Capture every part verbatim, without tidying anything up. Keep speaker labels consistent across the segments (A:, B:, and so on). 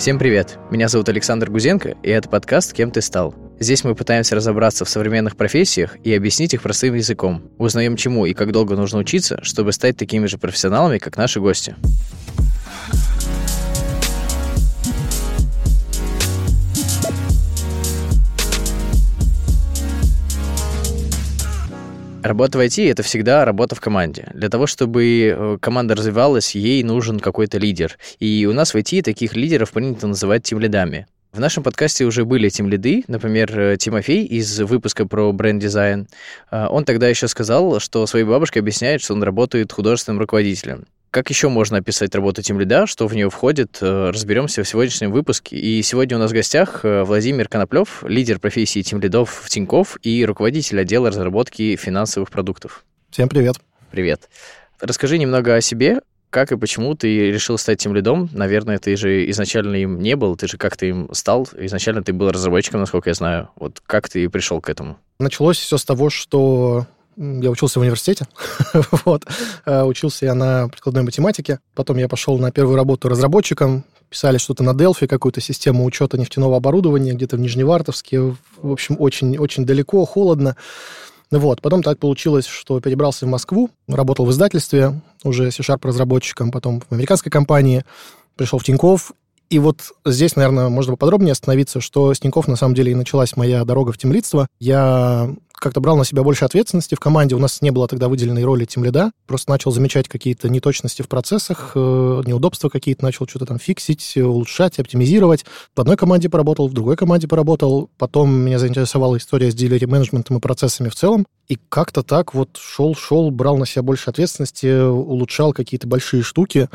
A: Всем привет! Меня зовут Александр Гузенко, и это подкаст «Кем ты стал?». Здесь мы пытаемся разобраться в современных профессиях и объяснить их простым языком. Узнаем, чему и как долго нужно учиться, чтобы стать такими же профессионалами, как наши гости. Работа в ай ти – это всегда работа в команде. Для того, чтобы команда развивалась, ей нужен какой-то лидер. И у нас в ай ти таких лидеров принято называть тимлидами. В нашем подкасте уже были тимлиды, например, Тимофей из выпуска про бренд-дизайн. Он тогда еще сказал, что своей бабушке объясняет, что он работает художественным руководителем. Как еще можно описать работу тимлида, что в нее входит, разберемся в сегодняшнем выпуске. И сегодня у нас в гостях Владимир Коноплев, лидер профессии тимлидов в Тинькофф и руководитель отдела разработки финансовых продуктов.
B: Всем привет.
A: Привет. Расскажи немного о себе, как и почему ты решил стать тимлидом. Наверное, ты же изначально им не был, ты же как-то им стал. Изначально ты был разработчиком, насколько я знаю. Вот как ты пришел к этому?
B: Началось все с того, что... Я учился в университете, вот. Учился я на прикладной математике. Потом я пошел на первую работу разработчиком. Писали что-то на Delphi, какую-то систему учета нефтяного оборудования, где-то в Нижневартовске. В общем, очень, очень далеко, холодно. Вот. Потом так получилось, что перебрался в Москву, работал в издательстве, уже C-Sharp разработчиком, потом в американской компании, пришел в Тинькофф. И вот здесь, наверное, можно поподробнее остановиться, что с Тинькофф на самом деле и началась моя дорога в тимлидство. Я как-то брал на себя больше ответственности в команде. У нас не было тогда выделенной роли тимлида. Просто начал замечать какие-то неточности в процессах, неудобства какие-то, начал что-то там фиксить, улучшать, оптимизировать. В одной команде поработал, в другой команде поработал. Потом меня заинтересовала история с delivery-менеджментом и процессами в целом. И как-то так вот шел-шел, брал на себя больше ответственности, улучшал какие-то большие штуки.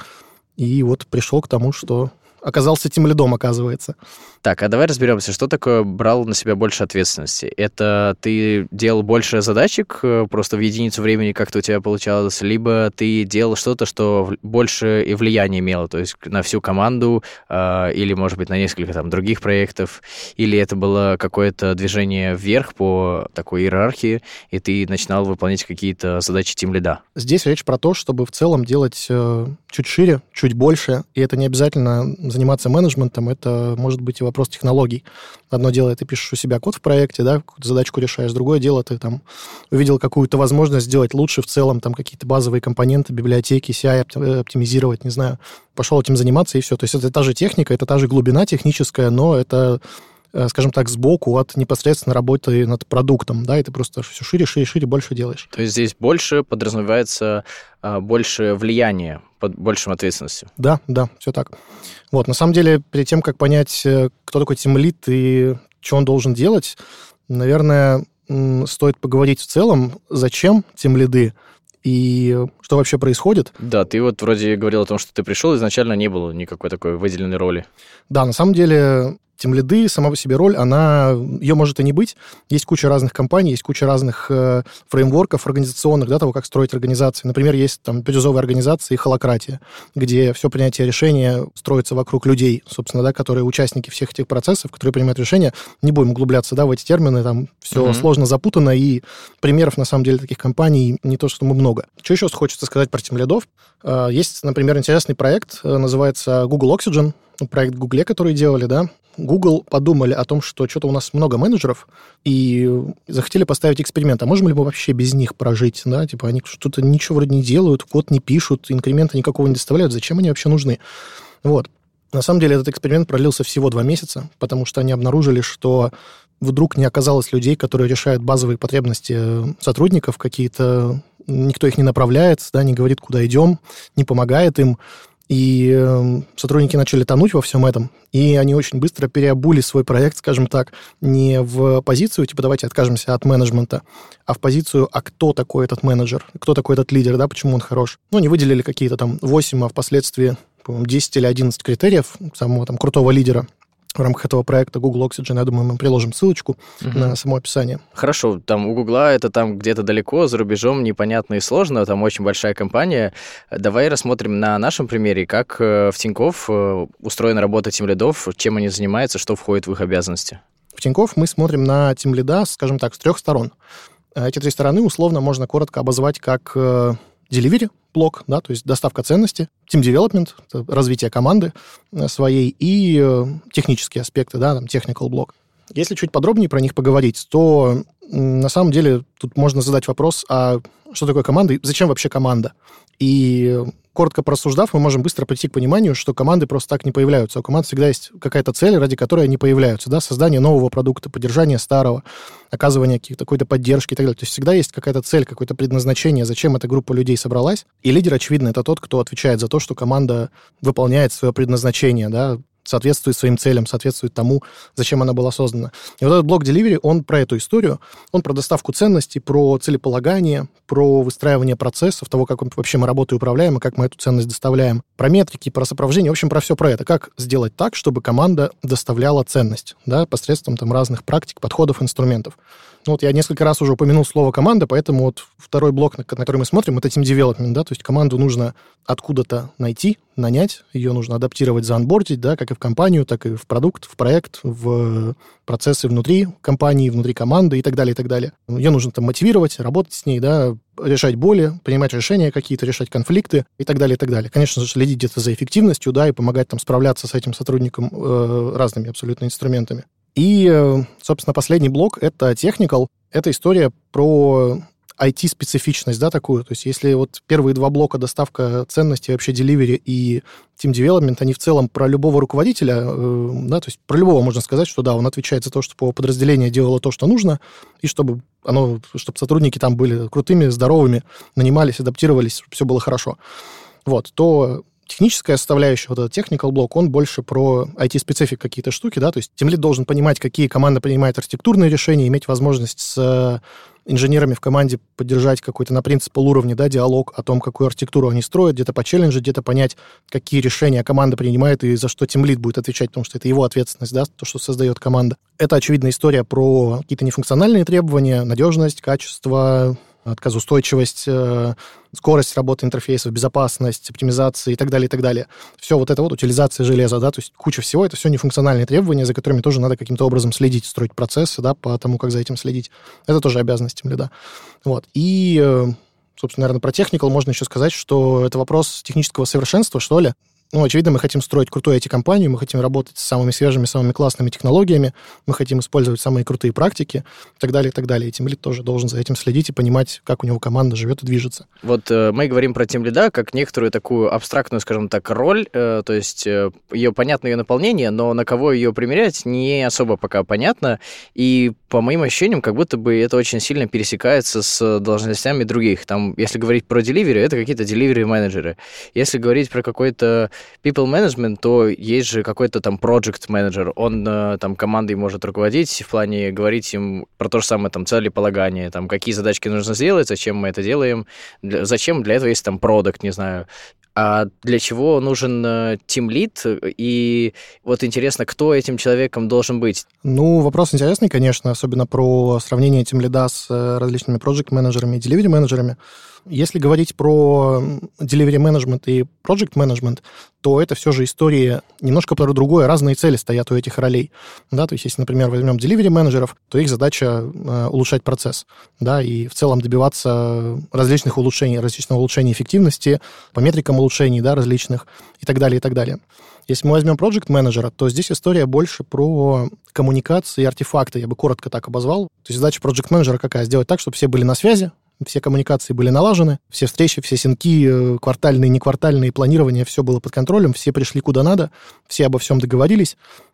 B: И вот пришел к тому, что... оказался тимлидом, оказывается.
A: Так, а давай разберемся, что такое брал на себя больше ответственности? Это ты делал больше задачек просто в единицу времени, как-то у тебя получалось, либо ты делал что-то, что больше и влияние имело, то есть на всю команду, э, или, может быть, на несколько там других проектов, или это было какое-то движение вверх по такой иерархии, и ты начинал выполнять какие-то задачи тимлида?
B: Здесь речь про то, чтобы в целом делать э, чуть шире, чуть больше, и это не обязательно заниматься менеджментом, это может быть и вопрос технологий. Одно дело, ты пишешь у себя код в проекте, да, какую-то задачку решаешь, другое дело, ты там увидел какую-то возможность сделать лучше в целом, там какие-то базовые компоненты, библиотеки, си ай оптимизировать, не знаю, пошел этим заниматься, и все. То есть это та же техника, это та же глубина техническая, но это, скажем так, сбоку от непосредственно работы над продуктом, да, и ты просто все шире, шире, шире, больше делаешь.
A: То есть здесь больше подразумевается а, больше влияния, под большим ответственностью.
B: Да, да, все так. Вот, на самом деле, перед тем, как понять, кто такой тимлид и что он должен делать, наверное, стоит поговорить в целом, зачем тимлиды и что вообще происходит.
A: Да, ты вот вроде говорил о том, что ты пришел, изначально не было никакой такой выделенной роли.
B: Да, на самом деле... Тимлиды, сама по себе роль, она, ее может и не быть. Есть куча разных компаний, есть куча разных э, фреймворков организационных, да, того, как строить организации. Например, есть там бирюзовые организации «Холократия», где все принятие решения строится вокруг людей, собственно, да, которые участники всех этих процессов, которые принимают решения. Не будем углубляться, да, в эти термины, там все mm-hmm. сложно, запутанно, и примеров, на самом деле, таких компаний не то, что мы много. Что еще хочется сказать про тимлидов? Э, есть, например, интересный проект, э, называется Google Oxygen, проект в Гугле, который делали, да. Google подумали о том, что что-то у нас много менеджеров, и захотели поставить эксперимент. А можем ли мы вообще без них прожить? Да? Типа они что-то ничего вроде не делают, код не пишут, инкремента никакого не доставляют. Зачем они вообще нужны? Вот. На самом деле этот эксперимент продлился всего два месяца, потому что они обнаружили, что вдруг не оказалось людей, которые решают базовые потребности сотрудников какие-то. Никто их не направляет, да, не говорит, куда идем, не помогает им. И э, сотрудники начали тонуть во всем этом, и они очень быстро переобули свой проект, скажем так, не в позицию, типа, давайте откажемся от менеджмента, а в позицию, а кто такой этот менеджер, кто такой этот лидер, да, почему он хорош. Ну, они выделили какие-то там восемь, а впоследствии, по-моему, десять или одиннадцать критериев самого там крутого лидера в рамках этого проекта Google Oxygen. Я думаю, мы приложим ссылочку угу. на само описание.
A: Хорошо, там у Гугла это там где-то далеко, за рубежом, непонятно и сложно, там очень большая компания. Давай рассмотрим на нашем примере, как в Тинькофф устроена работа тимлидов, чем они занимаются, что входит в их обязанности.
B: В Тинькофф мы смотрим на тимлида, скажем так, с трех сторон. Эти три стороны условно можно коротко обозвать как delivery блок, да, то есть доставка ценности, team development, развитие команды своей и технические аспекты, да, там technical блок. Если чуть подробнее про них поговорить, то на самом деле тут можно задать вопрос, а что такое команда и зачем вообще команда? И коротко порассуждав, мы можем быстро прийти к пониманию, что команды просто так не появляются. У команд всегда есть какая-то цель, ради которой они появляются. Да? Создание нового продукта, поддержание старого, оказывание какой-то поддержки и так далее. То есть всегда есть какая-то цель, какое-то предназначение, зачем эта группа людей собралась. И лидер, очевидно, это тот, кто отвечает за то, что команда выполняет свое предназначение, да, соответствует своим целям, соответствует тому, зачем она была создана. И вот этот блок Delivery, он про эту историю, он про доставку ценностей, про целеполагание, про выстраивание процессов, того, как вообще мы работой управляем и как мы эту ценность доставляем, про метрики, про сопровождение, в общем, про все про это. Как сделать так, чтобы команда доставляла ценность, да, посредством там разных практик, подходов, инструментов. Ну, вот я несколько раз уже упомянул слово «команда», поэтому вот второй блок, на который мы смотрим, это team development, да, то есть команду нужно откуда-то найти, нанять, ее нужно адаптировать, заонбордить, да, как и в компанию, так и в продукт, в проект, в процессы внутри компании, внутри команды и так далее, и так далее. Ее нужно там мотивировать, работать с ней, да, решать боли, принимать решения какие-то, решать конфликты и так далее, и так далее. Конечно же, следить где-то за эффективностью, да, и помогать там справляться с этим сотрудником э, разными абсолютно инструментами. И, собственно, последний блок — это technical. Это история про ай ти-специфичность, да, такую. То есть если вот первые два блока — доставка ценностей, вообще delivery и team development, они в целом про любого руководителя, да, то есть про любого можно сказать, что да, он отвечает за то, чтобы подразделение делало то, что нужно, и чтобы оно, чтобы сотрудники там были крутыми, здоровыми, нанимались, адаптировались, чтобы все было хорошо. Вот, то техническая составляющая, вот этот technical блок, он больше про ай ти-специфик какие-то штуки, да, то есть тимлид должен понимать, какие команды принимают архитектурные решения, иметь возможность с инженерами в команде поддержать какой-то на принципал уровне, да, диалог о том, какую архитектуру они строят, где-то почелленджить, где-то понять, какие решения команда принимает и за что тимлид будет отвечать, потому что это его ответственность, да, то, что создает команда. Это, очевидно, история про какие-то нефункциональные требования, надежность, качество, отказоустойчивость, скорость работы интерфейсов, безопасность, оптимизация и так далее, и так далее. Все вот это вот, утилизация железа, да, то есть куча всего, это все нефункциональные требования, за которыми тоже надо каким-то образом следить, строить процессы, да, по тому, как за этим следить. Это тоже обязанность тимлида. Вот. И, собственно, наверное, про technical можно еще сказать, что это вопрос технического совершенства, что ли. Ну, очевидно, мы хотим строить крутую ай ти-компанию, мы хотим работать с самыми свежими, самыми классными технологиями, мы хотим использовать самые крутые практики и так далее, и так далее. И тимлид тоже должен за этим следить и понимать, как у него команда живет и движется.
A: Вот э, мы говорим про тимлида как некоторую такую абстрактную, скажем так, роль, э, то есть э, ее понятно ее наполнение, но на кого ее примерять не особо пока понятно. И по моим ощущениям, как будто бы это очень сильно пересекается с должностями других. Там, если говорить про delivery, это какие-то delivery-менеджеры. Если говорить про какой-то people management, то есть же какой-то там project manager, он там командой может руководить в плане говорить им про то же самое там целеполагание, там какие задачки нужно сделать, зачем мы это делаем, для, зачем для этого есть там product, не знаю. А для чего нужен тимлид? И вот интересно, кто этим человеком должен быть?
B: Ну, вопрос интересный, конечно, особенно про сравнение тимлида с различными project-менеджерами и delivery-менеджерами. Если говорить про delivery management и project management, то это все же истории немножко про другое, разные цели стоят у этих ролей. Да, то есть, если, например, возьмем delivery менеджеров, то их задача э, улучшать процесс, да, и в целом добиваться различных улучшений, различного улучшения эффективности, по метрикам улучшений, да, различных и так далее, и так далее. Если мы возьмем project менеджера, то здесь история больше про коммуникации и артефакты, я бы коротко так обозвал. То есть задача project менеджера какая? Сделать так, чтобы все были на связи, все коммуникации были налажены, все встречи, все синки, квартальные, неквартальные, планирования, все было под контролем, все пришли куда надо, все обо всем договорились,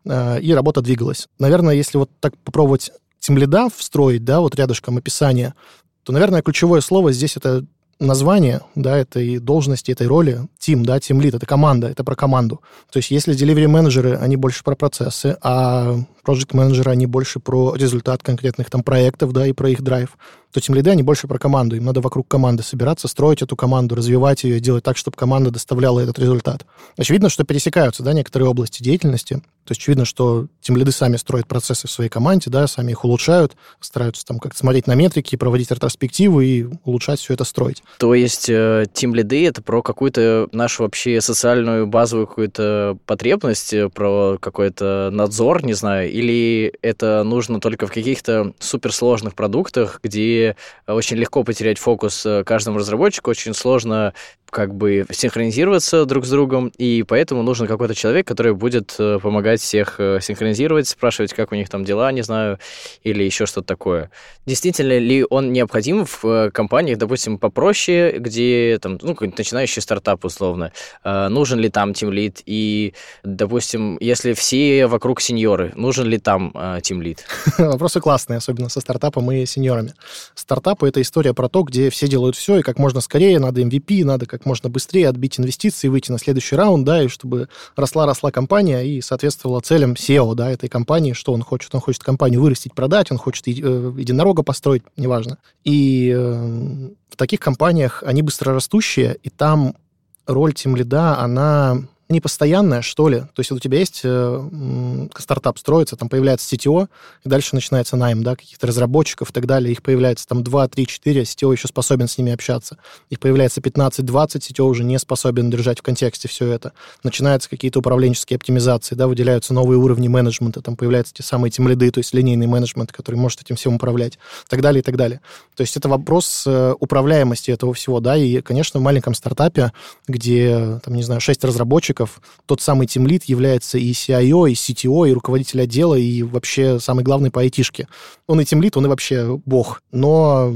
B: и работа двигалась. Наверное, если вот так попробовать тимлида встроить, да, вот рядышком описание, то, наверное, ключевое слово здесь это название, да, этой должности, этой роли, тим, да, тимлид, это команда, это про команду. То есть если delivery-менеджеры, они больше про процессы, а project-менеджеры, они больше про результат конкретных там проектов, да, и про их драйв, то тимлиды, они больше про команду. Им надо вокруг команды собираться, строить эту команду, развивать ее, делать так, чтобы команда доставляла этот результат. Очевидно, что пересекаются, да, некоторые области деятельности. То есть очевидно, что тимлиды сами строят процессы в своей команде, да, сами их улучшают, стараются там как-то смотреть на метрики, проводить ретроспективы и улучшать все это, строить.
A: То есть э, тимлиды — это про какую-то нашу вообще социальную базовую какую-то потребность, про какой-то надзор, не знаю, или это нужно только в каких-то суперсложных продуктах, где команде очень легко потерять фокус каждому разработчику, очень сложно как бы синхронизироваться друг с другом, и поэтому нужен какой-то человек, который будет помогать всех синхронизировать, спрашивать, как у них там дела, не знаю, или еще что-то такое. Действительно ли он необходим в компаниях, допустим, попроще, где там, ну, какой-нибудь начинающий стартап, условно, нужен ли там тимлид, и, допустим, если все вокруг сеньоры, нужен ли там тимлид?
B: Вопросы классные, особенно со стартапом и сеньорами. Стартапы — это история про то, где все делают все, и как можно скорее, надо эм ви пи, надо как можно быстрее отбить инвестиции, выйти на следующий раунд, да, и чтобы росла-росла компания и соответствовала целям си и о, да, этой компании, что он хочет. Он хочет компанию вырастить, продать, он хочет единорога построить, неважно. И э, в таких компаниях они быстрорастущие, и там роль тимлида, она не постоянная, что ли. То есть вот у тебя есть э, стартап строится, там появляется си ти о, и дальше начинается найм, да, каких-то разработчиков и так далее. Их появляется там два, три, четыре, си ти о еще способен с ними общаться. Их появляется пятнадцать-двадцать, си ти о уже не способен держать в контексте все это. Начинаются какие-то управленческие оптимизации, да, выделяются новые уровни менеджмента, там появляются те самые тимлиды, то есть линейный менеджмент, который может этим всем управлять, и так далее, и так далее. То есть это вопрос э, управляемости этого всего, да, и, конечно, в маленьком стартапе, где, там, не знаю, шесть разработчиков, тот самый тимлид является и си ай о, и си ти о, и руководитель отдела, и вообще самый главный по айтишке. Он и тимлид, он и вообще бог. Но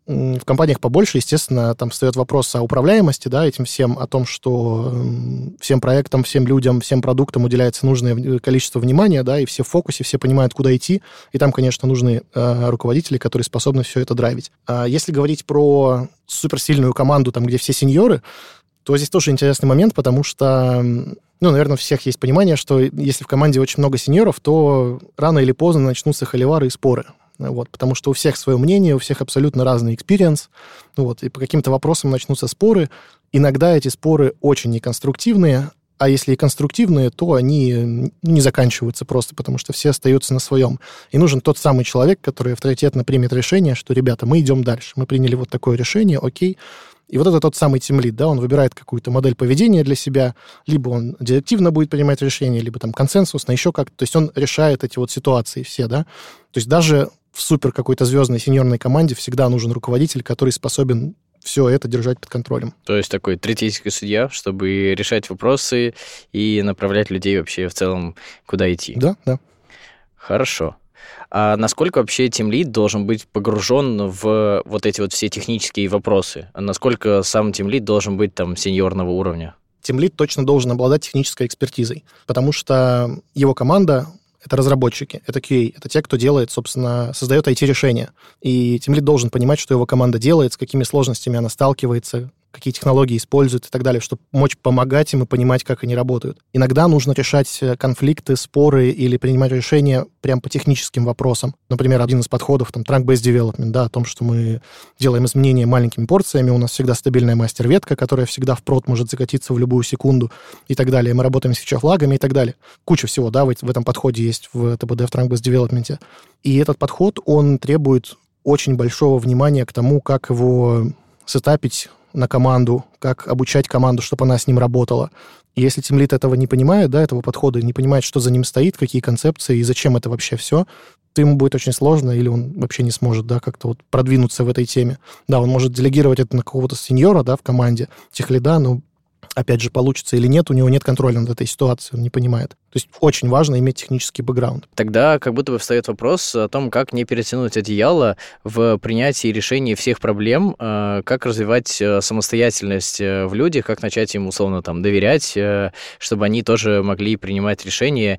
B: в компаниях побольше, естественно, там встает вопрос о управляемости, да, этим всем, о том, что всем проектам, всем людям, всем продуктам уделяется нужное количество внимания, да, и все в фокусе, все понимают, куда идти, и там, конечно, нужны э, руководители, которые способны все это драйвить. А если говорить про суперсильную команду, там, где все сеньоры, то здесь тоже интересный момент, потому что, ну, наверное, у всех есть понимание, что если в команде очень много сеньоров, то рано или поздно начнутся холивары и споры. Вот, потому что у всех свое мнение, у всех абсолютно разный экспириенс. Вот, и по каким-то вопросам начнутся споры. Иногда эти споры очень неконструктивные, а если и конструктивные, то они не заканчиваются просто, потому что все остаются на своем. И нужен тот самый человек, который авторитетно примет решение, что, ребята, мы идем дальше. Мы приняли вот такое решение, окей. И вот это тот самый тимлид, да, он выбирает какую-то модель поведения для себя, либо он директивно будет принимать решения, либо там консенсусно, еще как-то. То есть он решает эти вот ситуации все, да. То есть даже в супер какой-то звездной сеньорной команде всегда нужен руководитель, который способен все это держать под контролем.
A: То есть такой третейский судья, чтобы решать вопросы и направлять людей вообще в целом, куда идти.
B: Да, да.
A: Хорошо. А насколько вообще тимлид должен быть погружен в вот эти вот все технические вопросы? А насколько сам тимлид должен быть там сеньорного уровня?
B: Тимлид точно должен обладать технической экспертизой, потому что его команда — это разработчики, это кью эй, это те, кто делает, собственно, создает ай ти-решения. И тимлид должен понимать, что его команда делает, с какими сложностями она сталкивается, какие технологии используют и так далее, чтобы мочь помогать им и понимать, как они работают. Иногда нужно решать конфликты, споры или принимать решения прямо по техническим вопросам. Например, один из подходов, там, trunk-based development, да, о том, что мы делаем изменения маленькими порциями, у нас всегда стабильная мастер-ветка, которая всегда впрод может закатиться в любую секунду и так далее. Мы работаем с фичер-флагами и так далее. Куча всего, да, в, в этом подходе есть в ти би ди, в trunk-based development. И этот подход, он требует очень большого внимания к тому, как его сетапить на команду, как обучать команду, чтобы она с ним работала. И если тимлид этого не понимает, да, этого подхода, не понимает, что за ним стоит, какие концепции и зачем это вообще все, то ему будет очень сложно, или он вообще не сможет, да, как-то вот продвинуться в этой теме. Да, он может делегировать это на какого-то сеньора, да, в команде, техлида, но опять же, получится или нет, у него нет контроля над этой ситуацией, он не понимает. То есть очень важно иметь технический бэкграунд.
A: Тогда как будто бы встает вопрос о том, как не перетянуть одеяло в принятии решений всех проблем, как развивать самостоятельность в людях, как начать им, условно, там, доверять, чтобы они тоже могли принимать решения,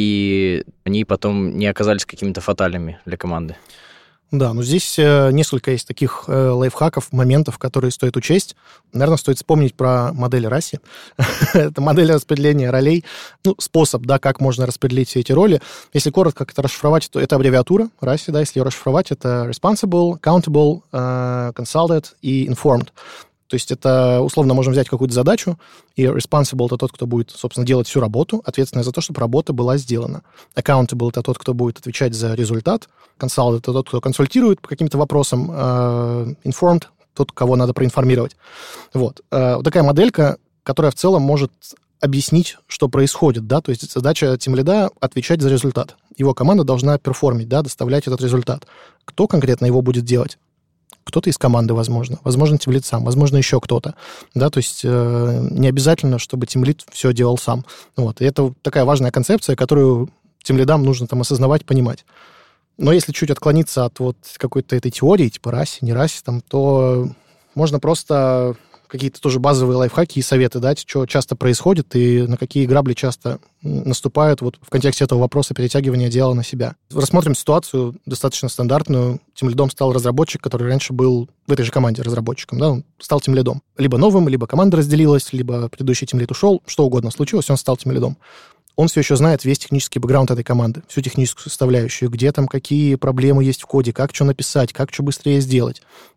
A: и они потом не оказались какими-то фатальными для команды.
B: Да, ну здесь э, несколько есть таких э, лайфхаков, моментов, которые стоит учесть. Наверное, стоит вспомнить про модель Расси. Это модель распределения ролей, ну, способ, да, как можно распределить все эти роли. Если коротко как это расшифровать, то это аббревиатура Расси, да, если ее расшифровать, это responsible, accountable, uh, consulted и informed. То есть это, условно, можем взять какую-то задачу, и responsible — это тот, кто будет, собственно, делать всю работу, ответственный за то, чтобы работа была сделана. Accountable — это тот, кто будет отвечать за результат. Consultant — это тот, кто консультирует по каким-то вопросам. Uh, informed — тот, кого надо проинформировать. Вот. Uh, вот такая моделька, которая в целом может объяснить, что происходит, да, то есть задача тимлида — отвечать за результат. Его команда должна перформить, да, доставлять этот результат. Кто конкретно его будет делать? кто-то из команды, возможно, возможно, тимлид сам, возможно, еще кто-то, да, то есть э, не обязательно, чтобы тимлид все делал сам. Вот, и это такая важная концепция, которую тимлидам нужно там осознавать, понимать. Но если чуть отклониться от вот какой-то этой теории, типа расе, не расе, там, то можно просто какие-то тоже базовые лайфхаки и советы дать, что часто происходит и на какие грабли часто наступают вот в контексте этого вопроса перетягивания дела на себя. Рассмотрим ситуацию достаточно стандартную. Тимлидом стал разработчик, который раньше был в этой же команде разработчиком, да, он стал тимлидом. Либо новым, либо команда разделилась, либо предыдущий тимлид ушел, что угодно случилось, он стал тимлидом. Он все еще знает весь технический бэкграунд этой команды, всю техническую составляющую, где там какие проблемы есть в коде, как что написать, как что быстрее сделать.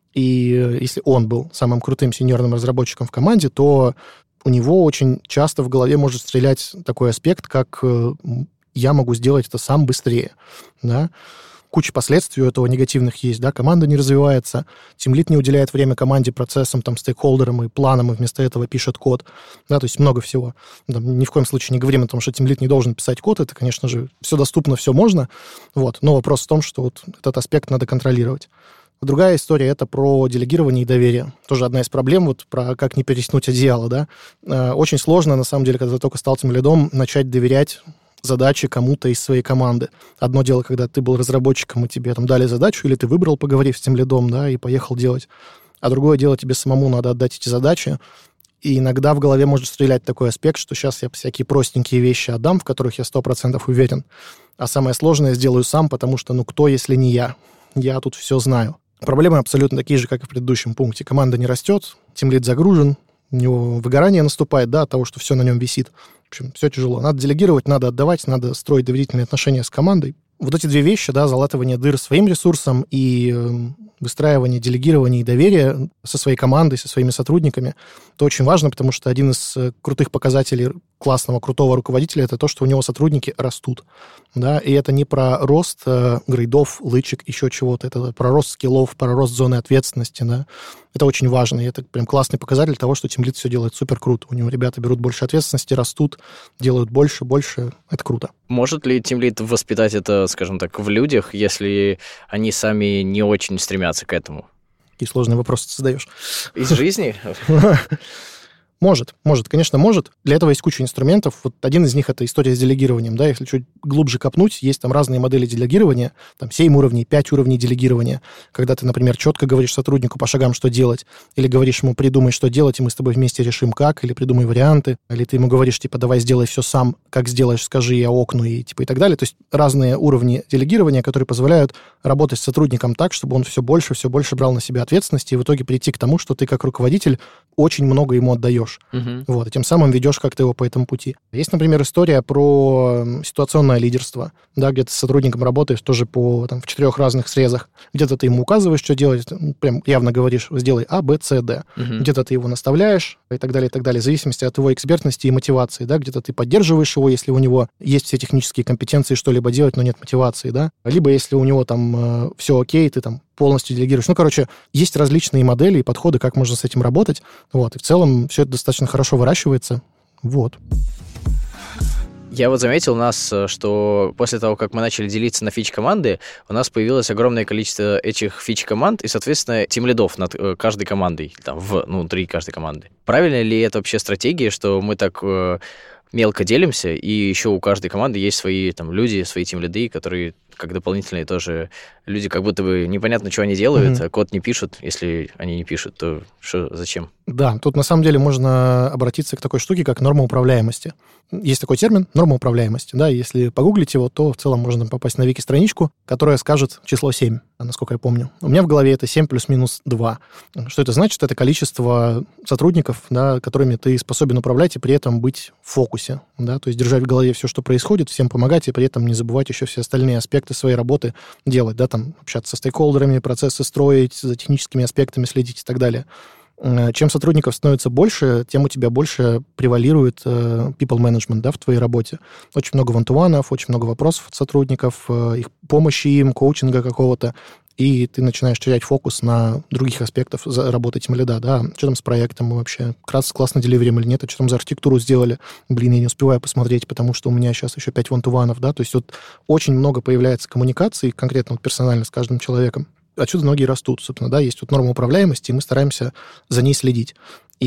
B: И если он был самым крутым сеньорным разработчиком в команде, то у него очень часто в голове может стрелять такой аспект, как «я могу сделать это сам быстрее». Да? Куча последствий у этого негативных есть. Да? Команда не развивается, тимлид не уделяет время команде, процессам, там, стейкхолдерам и планам, и вместо этого пишет код. Да? То есть много всего. Там, ни в коем случае не говорим о том, что тимлид не должен писать код. Это, конечно же, все доступно, все можно. Вот. Но вопрос в том, что вот этот аспект надо контролировать. Другая история — это про делегирование и доверие. Тоже одна из проблем, вот про как не перетянуть одеяло, да. Э, очень сложно, на самом деле, когда ты только стал тимлидом, начать доверять задачи кому-то из своей команды. Одно дело, когда ты был разработчиком, и тебе там дали задачу, или ты выбрал, поговорив с тимлидом, да, и поехал делать. А другое дело, тебе самому надо отдать эти задачи. И иногда в голове может стрелять такой аспект, что сейчас я всякие простенькие вещи отдам, в которых я сто процентов уверен. А самое сложное сделаю сам, потому что, ну, кто, если не я? Я тут все знаю. Проблемы абсолютно такие же, как и в предыдущем пункте. Команда не растет, тимлид загружен, у него выгорание наступает, да, от того, что все на нем висит. В общем, все тяжело. Надо делегировать, надо отдавать, надо строить доверительные отношения с командой. Вот эти две вещи, да, залатывание дыр своим ресурсом и выстраивание делегирования и доверия со своей командой, со своими сотрудниками, это очень важно, потому что один из крутых показателей классного, крутого руководителя — это то, что у него сотрудники растут. Да? И это не про рост э, грейдов, лычек, еще чего-то. Это про рост скиллов, про рост зоны ответственности. Да? Это очень важно. И это прям классный показатель того, что тимлид все делает супер круто. У него ребята берут больше ответственности, растут, делают больше, больше. Это круто.
A: Может ли тимлид воспитать это, скажем так, в людях, если они сами не очень стремятся к этому?
B: Какие сложные вопросы ты задаешь.
A: Из жизни?
B: Может, может, конечно, может. Для этого есть куча инструментов. Вот один из них — это история с делегированием. Да? Если чуть глубже копнуть, есть там разные модели делегирования, там семь уровней, пять уровней делегирования. Когда ты, например, четко говоришь сотруднику по шагам, что делать, или говоришь ему: придумай, что делать, и мы с тобой вместе решим, как, или придумай варианты, или ты ему говоришь, типа, давай сделай все сам, как сделаешь, скажи, я окну, и типа и так далее. То есть разные уровни делегирования, которые позволяют работать с сотрудником так, чтобы он все больше, все больше брал на себя ответственности, и в итоге прийти к тому, что ты как руководитель очень много ему отдаешь. Uh-huh. Вот, и тем самым ведешь как-то его по этому пути. Есть, например, история про ситуационное лидерство, да, где ты с сотрудником работаешь тоже по, там, в четырех разных срезах. Где-то ты ему указываешь, что делать, прям явно говоришь: сделай А, Б, С, Д. Uh-huh. Где-то ты его наставляешь и так далее, и так далее, в зависимости от его экспертности и мотивации, да, где-то ты поддерживаешь его, если у него есть все технические компетенции что-либо делать, но нет мотивации, да, либо если у него там э, все окей, ты там полностью делегируешь. Ну, короче, есть различные модели и подходы, как можно с этим работать. Вот. И в целом все это достаточно хорошо выращивается. Вот.
A: Я вот заметил у нас, что после того, как мы начали делиться на фич-команды, у нас появилось огромное количество этих фич-команд и, соответственно, тимлидов над каждой командой, там, в, ну, внутри каждой команды. Правильно ли это вообще стратегия, что мы так э, мелко делимся, и еще у каждой команды есть свои там люди, свои тимлиды, которые как дополнительные тоже люди, как будто бы непонятно, что они делают, mm-hmm. а код не пишут. Если они не пишут, то что, зачем?
B: Да, тут на самом деле можно обратиться к такой штуке, как норма управляемости. Есть такой термин — норма управляемости. Да, если погуглить его, то в целом можно попасть на вики-страничку, которая скажет число семь, насколько я помню. У меня в голове это семь плюс-минус два. Что это значит? Это количество сотрудников, да, которыми ты способен управлять и при этом быть в фокусе. Да? То есть держать в голове все, что происходит, всем помогать, и при этом не забывать еще все остальные аспекты своей работы делать. Да? Там, общаться со стейкхолдерами, процессы строить, за техническими аспектами следить и так далее. Чем сотрудников становится больше, тем у тебя больше превалирует э, people management, да, в твоей работе. Очень много one-to-one, очень много вопросов от сотрудников, э, их помощи им, коучинга какого-то, и ты начинаешь терять фокус на других аспектах работы тимлида, да, что там с проектом мы вообще, класс, классно деливерим или нет, а что там за архитектуру сделали, блин, я не успеваю посмотреть, потому что у меня сейчас еще пять one-to-one, да, то есть вот очень много появляется коммуникаций, конкретно вот персонально с каждым человеком. отсюда многие растут, собственно, да, есть вот норма управляемости, и мы стараемся за ней следить.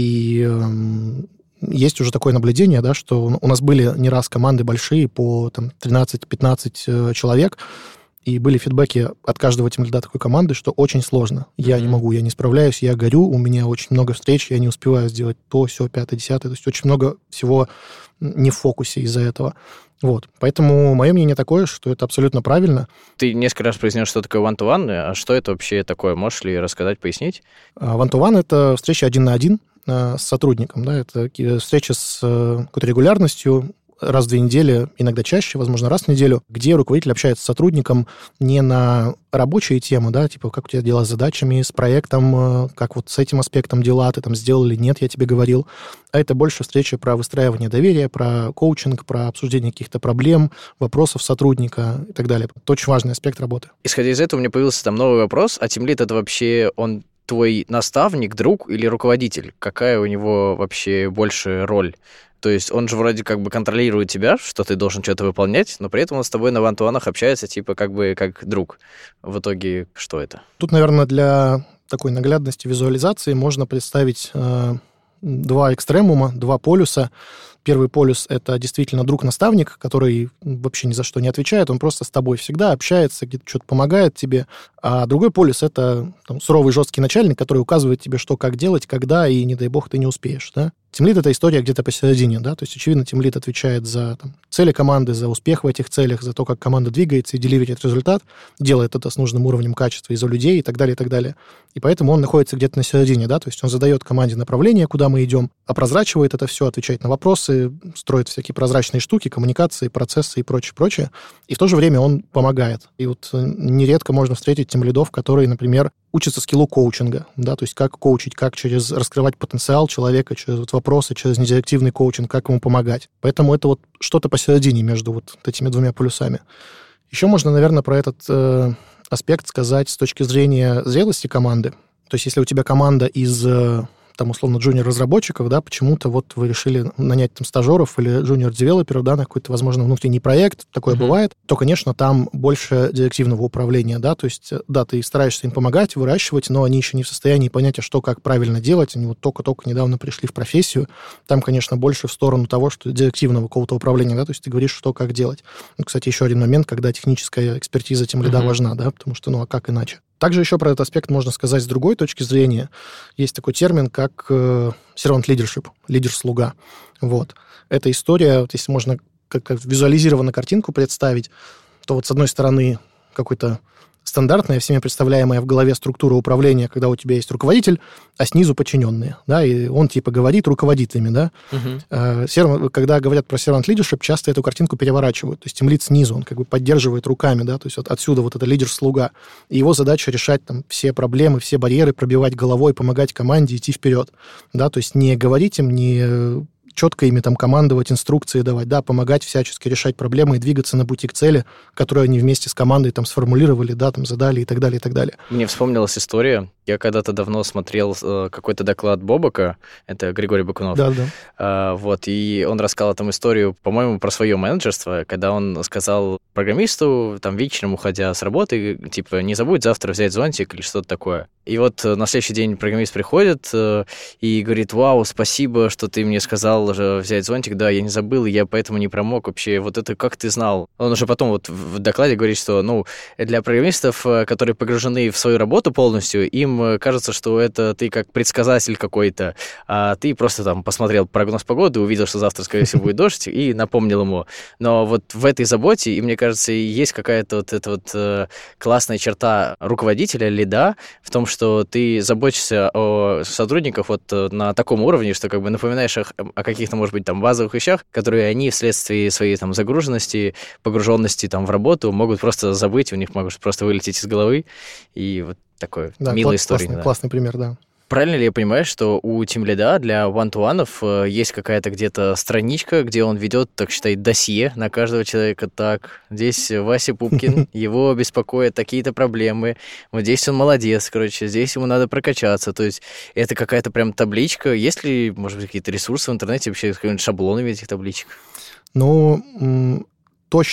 B: И э, есть уже такое наблюдение, да, что у нас были не раз команды большие по там, тринадцать-пятнадцать э, человек, и были фидбэки от каждого тимлида такой команды, что очень сложно. Я mm-hmm. не могу, я не справляюсь, я горю, у меня очень много встреч, я не успеваю сделать то, сё, пятое, десятое. То есть очень много всего не в фокусе из-за этого. Вот. Поэтому мое мнение такое, что это абсолютно правильно.
A: Ты несколько раз произнес, что такое one-to-one, а что это вообще такое? Можешь ли рассказать, пояснить?
B: One-to-one — это встреча один на один с сотрудником. Да? Это встреча с какой-то регулярностью, раз в две недели, иногда чаще, возможно, раз в неделю, где руководитель общается с сотрудником не на рабочие темы, да, типа, как у тебя дела с задачами, с проектом, как вот с этим аспектом дела, ты там сделал или нет, я тебе говорил, а это больше встреча про выстраивание доверия, про коучинг, про обсуждение каких-то проблем, вопросов сотрудника и так далее. Это очень важный аспект работы.
A: Исходя из этого, у меня появился там новый вопрос, а тимлид это вообще он твой наставник, друг или руководитель? Какая у него вообще больше роль? То есть он же вроде как бы контролирует тебя, что ты должен что-то выполнять, но при этом он с тобой на ван-ту-ванах общается типа как бы как друг. В итоге что это?
B: Тут, наверное, для такой наглядности визуализации можно представить э, два экстремума, два полюса. Первый полюс — это действительно друг-наставник, который вообще ни за что не отвечает, он просто с тобой всегда общается, где-то что-то помогает тебе. А другой полюс — это там, суровый жесткий начальник, который указывает тебе, что как делать, когда, и, не дай бог, ты не успеешь. Да? Тимлид — это история где-то посередине. Да? То есть, очевидно, тимлид отвечает за там, цели команды, за успех в этих целях, за то, как команда двигается и деливерит результат, делает это с нужным уровнем качества из-за людей и так далее, и так далее. И поэтому он находится где-то на середине. Да? То есть он задает команде направление, куда мы идем, опрозрачивает это все, отвечает на вопросы, строит всякие прозрачные штуки, коммуникации, процессы и прочее, прочее. И в то же время он помогает. И вот нередко можно встретить тимлидов, которые, например, учатся скиллу коучинга, да, то есть как коучить, как через раскрывать потенциал человека, через вот вопросы, через недирективный коучинг, как ему помогать. Поэтому это вот что-то посередине между вот этими двумя полюсами. Еще можно, наверное, про этот э, аспект сказать с точки зрения зрелости команды. То есть если у тебя команда из... Э, там, условно, джуниор-разработчиков, да, почему-то вот вы решили нанять там стажеров или джуниор-девелоперов, да, на какой-то, возможно, внутренний проект, такое mm-hmm. бывает, то, конечно, там больше директивного управления, да, то есть, да, ты стараешься им помогать, выращивать, но они еще не в состоянии понять, а что, как правильно делать, они вот только-только недавно пришли в профессию, там, конечно, больше в сторону того, что директивного какого-то управления, да, то есть ты говоришь, что, как делать. Ну, кстати, еще один момент, когда техническая экспертиза тимлида mm-hmm. важна, да, потому что, ну, а как иначе? Также еще про этот аспект можно сказать с другой точки зрения. Есть такой термин, как э, servant leadership, лидер-слуга. Вот. Эта история, вот если можно как-то визуализированно картинку представить, то вот с одной стороны какой-то стандартная, всеми представляемая в голове структура управления, когда у тебя есть руководитель, а снизу подчиненные, да, и он типа говорит, руководит ими, да. Uh-huh. Серв... Когда говорят про servant leadership, часто эту картинку переворачивают, то есть тимлид снизу, он как бы поддерживает руками, да, то есть вот отсюда вот это лидер-слуга, и его задача решать там все проблемы, все барьеры, пробивать головой, помогать команде идти вперед, да, то есть не говорить им, не... четко ими там командовать, инструкции давать, да, помогать всячески решать проблемы и двигаться на пути к цели, которую они вместе с командой там сформулировали, да, там задали и так далее, и так далее.
A: Мне вспомнилась история. Я когда-то давно смотрел э, какой-то доклад Бобока, это Григорий Бакунов.
B: Да, да.
A: Э, вот, и он рассказал там историю, по-моему, про свое менеджерство, когда он сказал программисту, там, вечером, уходя с работы, типа, не забудь завтра взять зонтик или что-то такое. И вот на следующий день программист приходит э, и говорит: вау, спасибо, что ты мне сказал взять зонтик, да, я не забыл, я поэтому не промок вообще, вот это как ты знал? Он уже потом вот в докладе говорит, что, ну, для программистов, которые погружены в свою работу полностью, им кажется, что это ты как предсказатель какой-то, а ты просто там посмотрел прогноз погоды, увидел, что завтра, скорее всего, будет дождь, и напомнил ему. Но вот в этой заботе, и мне кажется, есть какая-то вот эта вот э, классная черта руководителя, лида, в том, что ты заботишься о сотрудниках вот на таком уровне, что как бы напоминаешь о, о каких-то, может быть, там базовых вещах, которые они вследствие своей там загруженности, погруженности там в работу могут просто забыть, у них могут просто вылететь из головы, и вот такой
B: да,
A: милая
B: класс,
A: история.
B: Классный,
A: да.
B: классный пример, да.
A: Правильно ли я понимаю, что у тимлида для one-to-one есть какая-то где-то страничка, где он ведет, так считай, досье на каждого человека? Так, здесь Вася Пупкин, его беспокоят такие-то проблемы, вот здесь он молодец, короче, здесь ему надо прокачаться. То есть это какая-то прям табличка. Есть ли, может быть, какие-то ресурсы в интернете, вообще какие-нибудь шаблоны этих табличек?
B: Ну, точно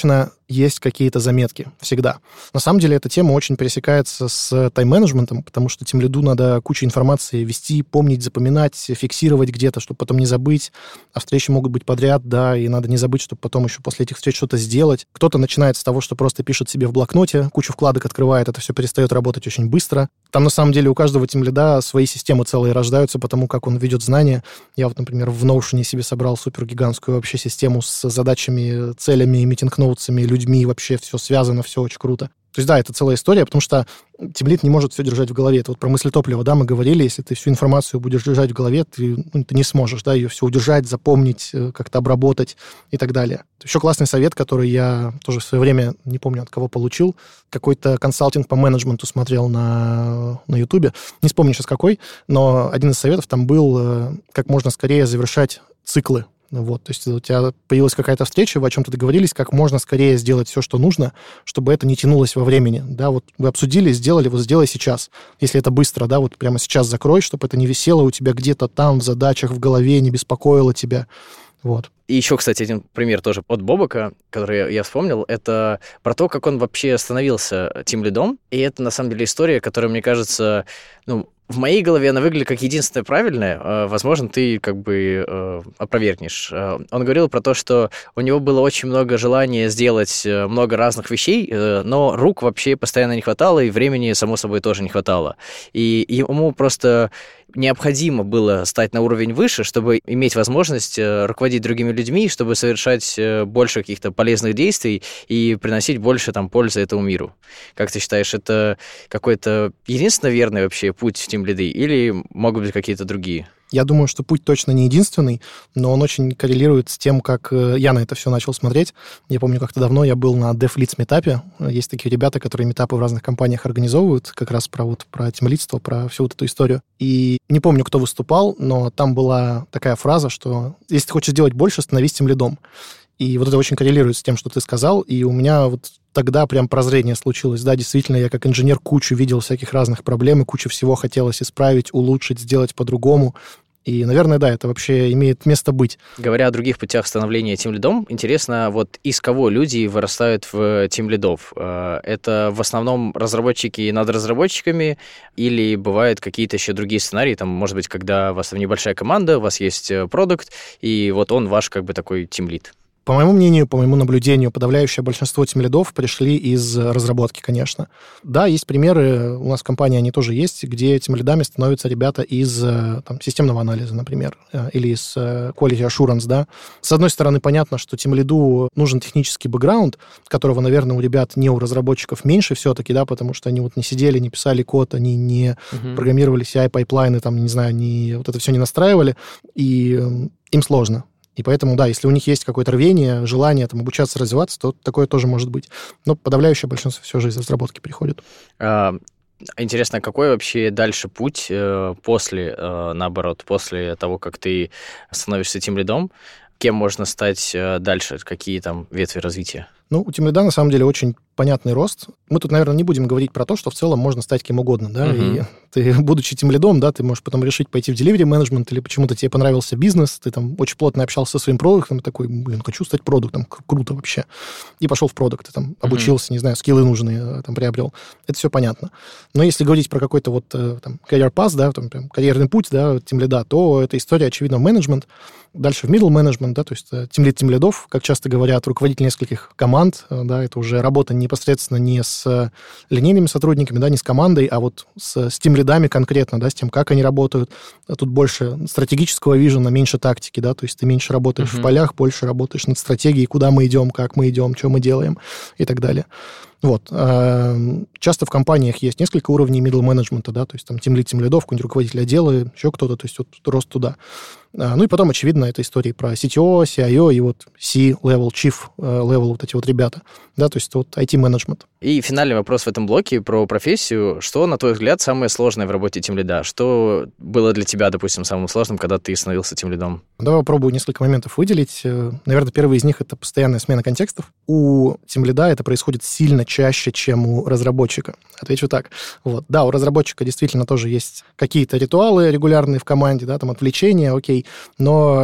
B: есть какие-то заметки всегда. На самом деле эта тема очень пересекается с тайм-менеджментом, потому что тимлиду надо кучу информации вести, помнить, запоминать, фиксировать где-то, чтобы потом не забыть. А встречи могут быть подряд, да, и надо не забыть, чтобы потом еще после этих встреч что-то сделать. Кто-то начинает с того, что просто пишет себе в блокноте, кучу вкладок открывает, это все перестает работать очень быстро. Там, на самом деле, у каждого тимлида свои системы целые рождаются по тому, как он ведет знания. Я вот, например, в Notion себе собрал супергигантскую вообще систему с задачами, целями, митинг-ноутсами, людьми, вообще все связано, все очень круто. То есть, да, это целая история, потому что тимлид не может все держать в голове. Это вот про мысли топлива, да, мы говорили, если ты всю информацию будешь держать в голове, ты, ну, ты не сможешь, да, ее все удержать, запомнить, как-то обработать и так далее. Еще классный совет, который я тоже в свое время, не помню, от кого получил, какой-то консалтинг по менеджменту смотрел на, на Ютубе, не вспомню сейчас какой, но один из советов там был, как можно скорее завершать циклы. Вот, то есть у тебя появилась какая-то встреча, вы о чем-то договорились, как можно скорее сделать все, что нужно, чтобы это не тянулось во времени. Да, вот вы обсудили, сделали, вот сделай сейчас. Если это быстро, да, вот прямо сейчас закрой, чтобы это не висело у тебя где-то там в задачах, в голове, не беспокоило тебя. Вот.
A: И еще, кстати, один пример тоже от Бобока, который я вспомнил, это про то, как он вообще становился тимлидом. И это, на самом деле, история, которая, мне кажется, ну, в моей голове она выглядит как единственная правильная. Возможно, ты как бы опровергнешь. Он говорил про то, что у него было очень много желания сделать много разных вещей, но рук вообще постоянно не хватало, и времени, само собой, тоже не хватало. И ему просто необходимо было стать на уровень выше, чтобы иметь возможность руководить другими людьми, чтобы совершать больше каких-то полезных действий и приносить больше там пользы этому миру. Как ты считаешь, это какой-то единственно верный вообще путь в тимлиды или могут быть какие-то другие?
B: Я думаю, что путь точно не единственный, но он очень коррелирует с тем, как я на это все начал смотреть. Я помню, как-то давно я был на DevLeads метапе. Есть такие ребята, которые метапы в разных компаниях организовывают, как раз про, вот, про тимлидство, про всю вот эту историю. И не помню, кто выступал, но там была такая фраза, что если ты хочешь сделать больше, становись тимлидом. И вот это очень коррелирует с тем, что ты сказал, и у меня вот тогда прям прозрение случилось. Да, действительно, я как инженер кучу видел всяких разных проблем, и кучу всего хотелось исправить, улучшить, сделать по-другому. И, наверное, да, это вообще имеет место быть.
A: Говоря о других путях становления тимлидом, интересно, вот из кого люди вырастают в тимлидов? Это в основном разработчики над разработчиками или бывают какие-то еще другие сценарии? Там, может быть, когда у вас небольшая команда, у вас есть продукт, и вот он ваш как бы такой тимлид.
B: По моему мнению, по моему наблюдению, подавляющее большинство тимлидов пришли из разработки, конечно. Да, есть примеры, у нас в компании они тоже есть, где тимлидами становятся ребята из там, системного анализа, например, или из quality assurance, да. С одной стороны, понятно, что тимлиду нужен технический бэкграунд, которого, наверное, у ребят, не у разработчиков меньше все-таки, да, потому что они вот не сидели, не писали код, они не uh-huh. программировали си ай-пайплайны, там, не знаю, не, вот это все не настраивали, и им сложно. И поэтому, да, если у них есть какое-то рвение, желание там, обучаться, развиваться, то такое тоже может быть. Но подавляющее большинство все же из разработки приходит.
A: А, интересно, какой вообще дальше путь э, после, э, наоборот, после того, как ты становишься тимлидом? Кем можно стать э, дальше? Какие там ветви развития?
B: Ну, у тимлида, на самом деле, очень понятный рост. Мы тут, наверное, не будем говорить про то, что в целом можно стать кем угодно, да, uh-huh. и ты, будучи тимлидом, да, ты можешь потом решить пойти в delivery management или почему-то тебе понравился бизнес, ты там очень плотно общался со своим продуктом, и такой, блин, хочу стать продуктом, круто вообще. И пошел в продукт, там, обучился, uh-huh. не знаю, скиллы нужные там приобрел. Это все понятно. Но если говорить про какой-то вот там career path, да, там, прям, карьерный путь, да, тимлида, то эта история, очевидно, в менеджмент, дальше в middle management, да, то есть тимлид тимлидов, как часто говорят, руководитель нескольких команд, да, это уже работа непосредственно не с линейными сотрудниками, да, не с командой, а вот с, с тимлидами конкретно, да, с тем, как они работают. Тут больше стратегического вижена, меньше тактики, да, то есть ты меньше работаешь uh-huh. в полях, больше работаешь над стратегией, куда мы идем, как мы идем, что мы делаем и так далее. Вот. Часто в компаниях есть несколько уровней middle менеджмента, да, то есть там тимлид, тимлидов, какой-нибудь руководитель отдела, еще кто-то, то есть вот рост туда. Ну и потом, очевидно, это истории про си ти о, си ай о и вот C-level, Chief-level, вот эти вот ребята, да, то есть это вот ай ти-менеджмент.
A: И финальный вопрос в этом блоке про профессию. Что, на твой взгляд, самое сложное в работе тимлида? Что было для тебя, допустим, самым сложным, когда ты становился тимлидом?
B: Давай попробую несколько моментов выделить. Наверное, первый из них — это постоянная смена контекстов. У тимлида это происходит сильно чаще, чем у разработчика. Отвечу так. Вот. Да, у разработчика действительно тоже есть какие-то ритуалы регулярные в команде, да, там отвлечения, окей, но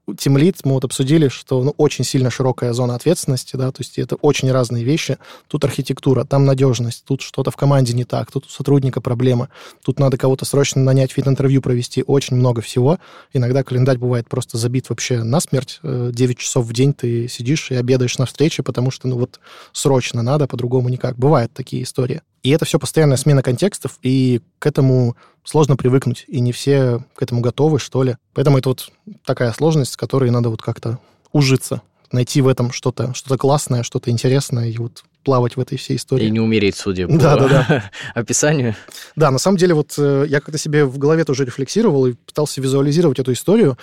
B: тимлид мы вот обсудили, что ну, очень сильно широкая зона ответственности, да, то есть это очень разные вещи. Тут архитектура, там надежность, тут что-то в команде не так, тут у сотрудника проблема, тут надо кого-то срочно нанять, фит-интервью провести, очень много всего. Иногда календарь бывает просто забит вообще насмерть. девять часов в день ты сидишь и обедаешь на встрече, потому что, ну вот, срочно надо, по-другому никак. Бывают такие истории. И это все постоянная смена контекстов, и к этому сложно привыкнуть, и не все к этому готовы, что ли. Поэтому это вот такая сложность, с которой надо вот как-то ужиться, найти в этом что-то, что-то классное, что-то интересное, и вот плавать в этой всей истории.
A: И не умереть, судя по
B: да, да, да.
A: описанию.
B: Да, на самом деле вот я как-то себе в голове тоже рефлексировал и пытался визуализировать эту историю.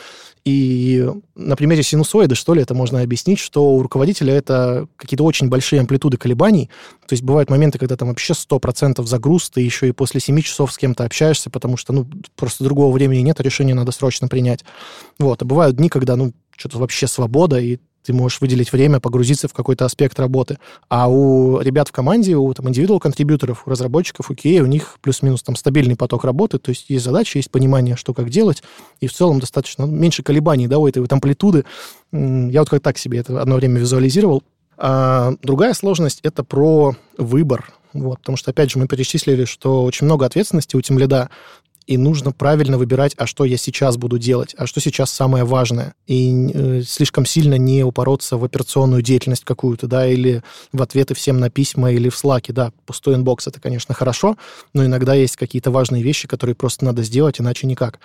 B: И на примере синусоида, что ли, это можно объяснить, что у руководителя это какие-то очень большие амплитуды колебаний. То есть бывают моменты, когда там вообще сто процентов загруз, ты еще и после семи часов с кем-то общаешься, потому что, ну, просто другого времени нет, а решение надо срочно принять. Вот. А бывают дни, когда, ну, что-то вообще свобода, и ты можешь выделить время, погрузиться в какой-то аспект работы. А у ребят в команде, у там, индивидуал-контрибьюторов, у разработчиков, у кей эй, у них плюс-минус там стабильный поток работы, то есть есть задачи, есть понимание, что как делать, и в целом достаточно ну, меньше колебаний, да, у этой вот амплитуды. Я вот как так себе это одно время визуализировал. А другая сложность — это про выбор. Вот, потому что, опять же, мы перечислили, что очень много ответственности у тимлида, и нужно правильно выбирать, а что я сейчас буду делать, а что сейчас самое важное. И э, слишком сильно не упороться в операционную деятельность какую-то, да, или в ответы всем на письма, или в Slack. Да, пустой инбокс — это, конечно, хорошо, но иногда есть какие-то важные вещи, которые просто надо сделать, иначе никак.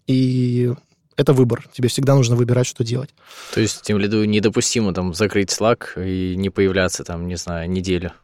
B: И это выбор. Тебе всегда нужно выбирать, что делать.
A: То есть тимлиду недопустимо там закрыть Slack и не появляться там, не знаю, неделю?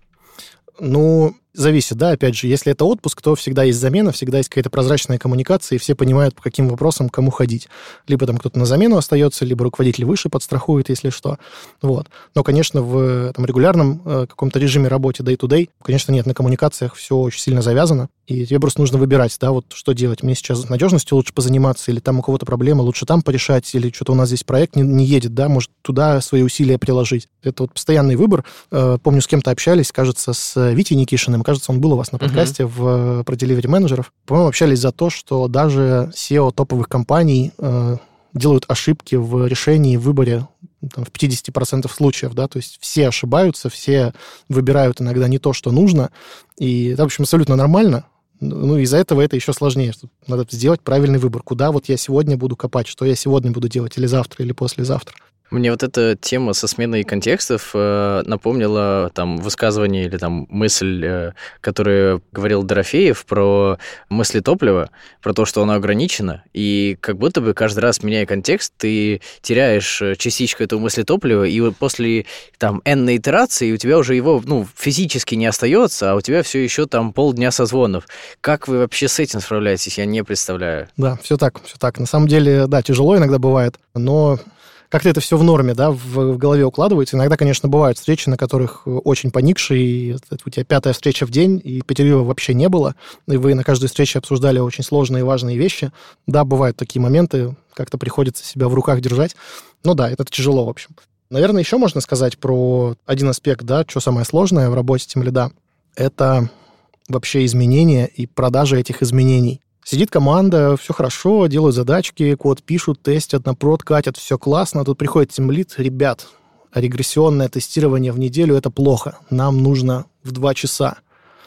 B: Ну, зависит, да, опять же, если это отпуск, то всегда есть замена, всегда есть какая-то прозрачная коммуникация, и все понимают, по каким вопросам кому ходить. Либо там кто-то на замену остается, либо руководитель выше подстрахует, если что. Вот. Но, конечно, в там, регулярном э, каком-то режиме работы day-to-day, конечно, нет, на коммуникациях все очень сильно завязано, и тебе просто нужно выбирать, да, вот что делать. Мне сейчас надежностью лучше позаниматься, или там у кого-то проблема, лучше там порешать, или что-то у нас здесь проект не, не едет, да, может, туда свои усилия приложить. Это вот постоянный выбор. Э, помню, с кем-то общались, кажется, с Витей Никишиным, кажется, он был у вас на подкасте uh-huh. в, про delivery менеджеров. По-моему, общались за то, что даже си и о топовых компаний э, делают ошибки в решении, в выборе там, в пятьдесят процентов случаев, да, то есть все ошибаются, все выбирают иногда не то, что нужно, и это, в общем, абсолютно нормально. Ну, из-за этого это еще сложнее, что надо сделать правильный выбор, куда вот я сегодня буду копать, что я сегодня буду делать, или завтра, или послезавтра.
A: Мне вот эта тема со сменой контекстов э, напомнила там высказывание или там мысль, э, которую говорил Дорофеев про мысли топлива, про то, что оно ограничено, и как будто бы каждый раз, меняя контекст, ты теряешь частичку этого мысли топлива, и вот после там энной итерации у тебя уже его ну, физически не остается, а у тебя все еще там полдня созвонов. Как вы вообще с этим справляетесь, я не представляю.
B: Да, все так, все так. На самом деле, да, тяжело иногда бывает, но как-то это все в норме, да, в, в голове укладывается. Иногда, конечно, бывают встречи, на которых очень поникшие, и это у тебя пятая встреча в день, и перерыва вообще не было, и вы на каждой встрече обсуждали очень сложные и важные вещи. Да, бывают такие моменты, как-то приходится себя в руках держать. Ну да, это тяжело, в общем. Наверное, еще можно сказать про один аспект, да, что самое сложное в работе тимлида. Это вообще изменения и продажа этих изменений. Сидит команда, все хорошо, делают задачки, код пишут, тестят, на прод катят, все классно. Тут приходит тимлид, ребят, регрессионное тестирование в неделю — это плохо, нам нужно в два часа.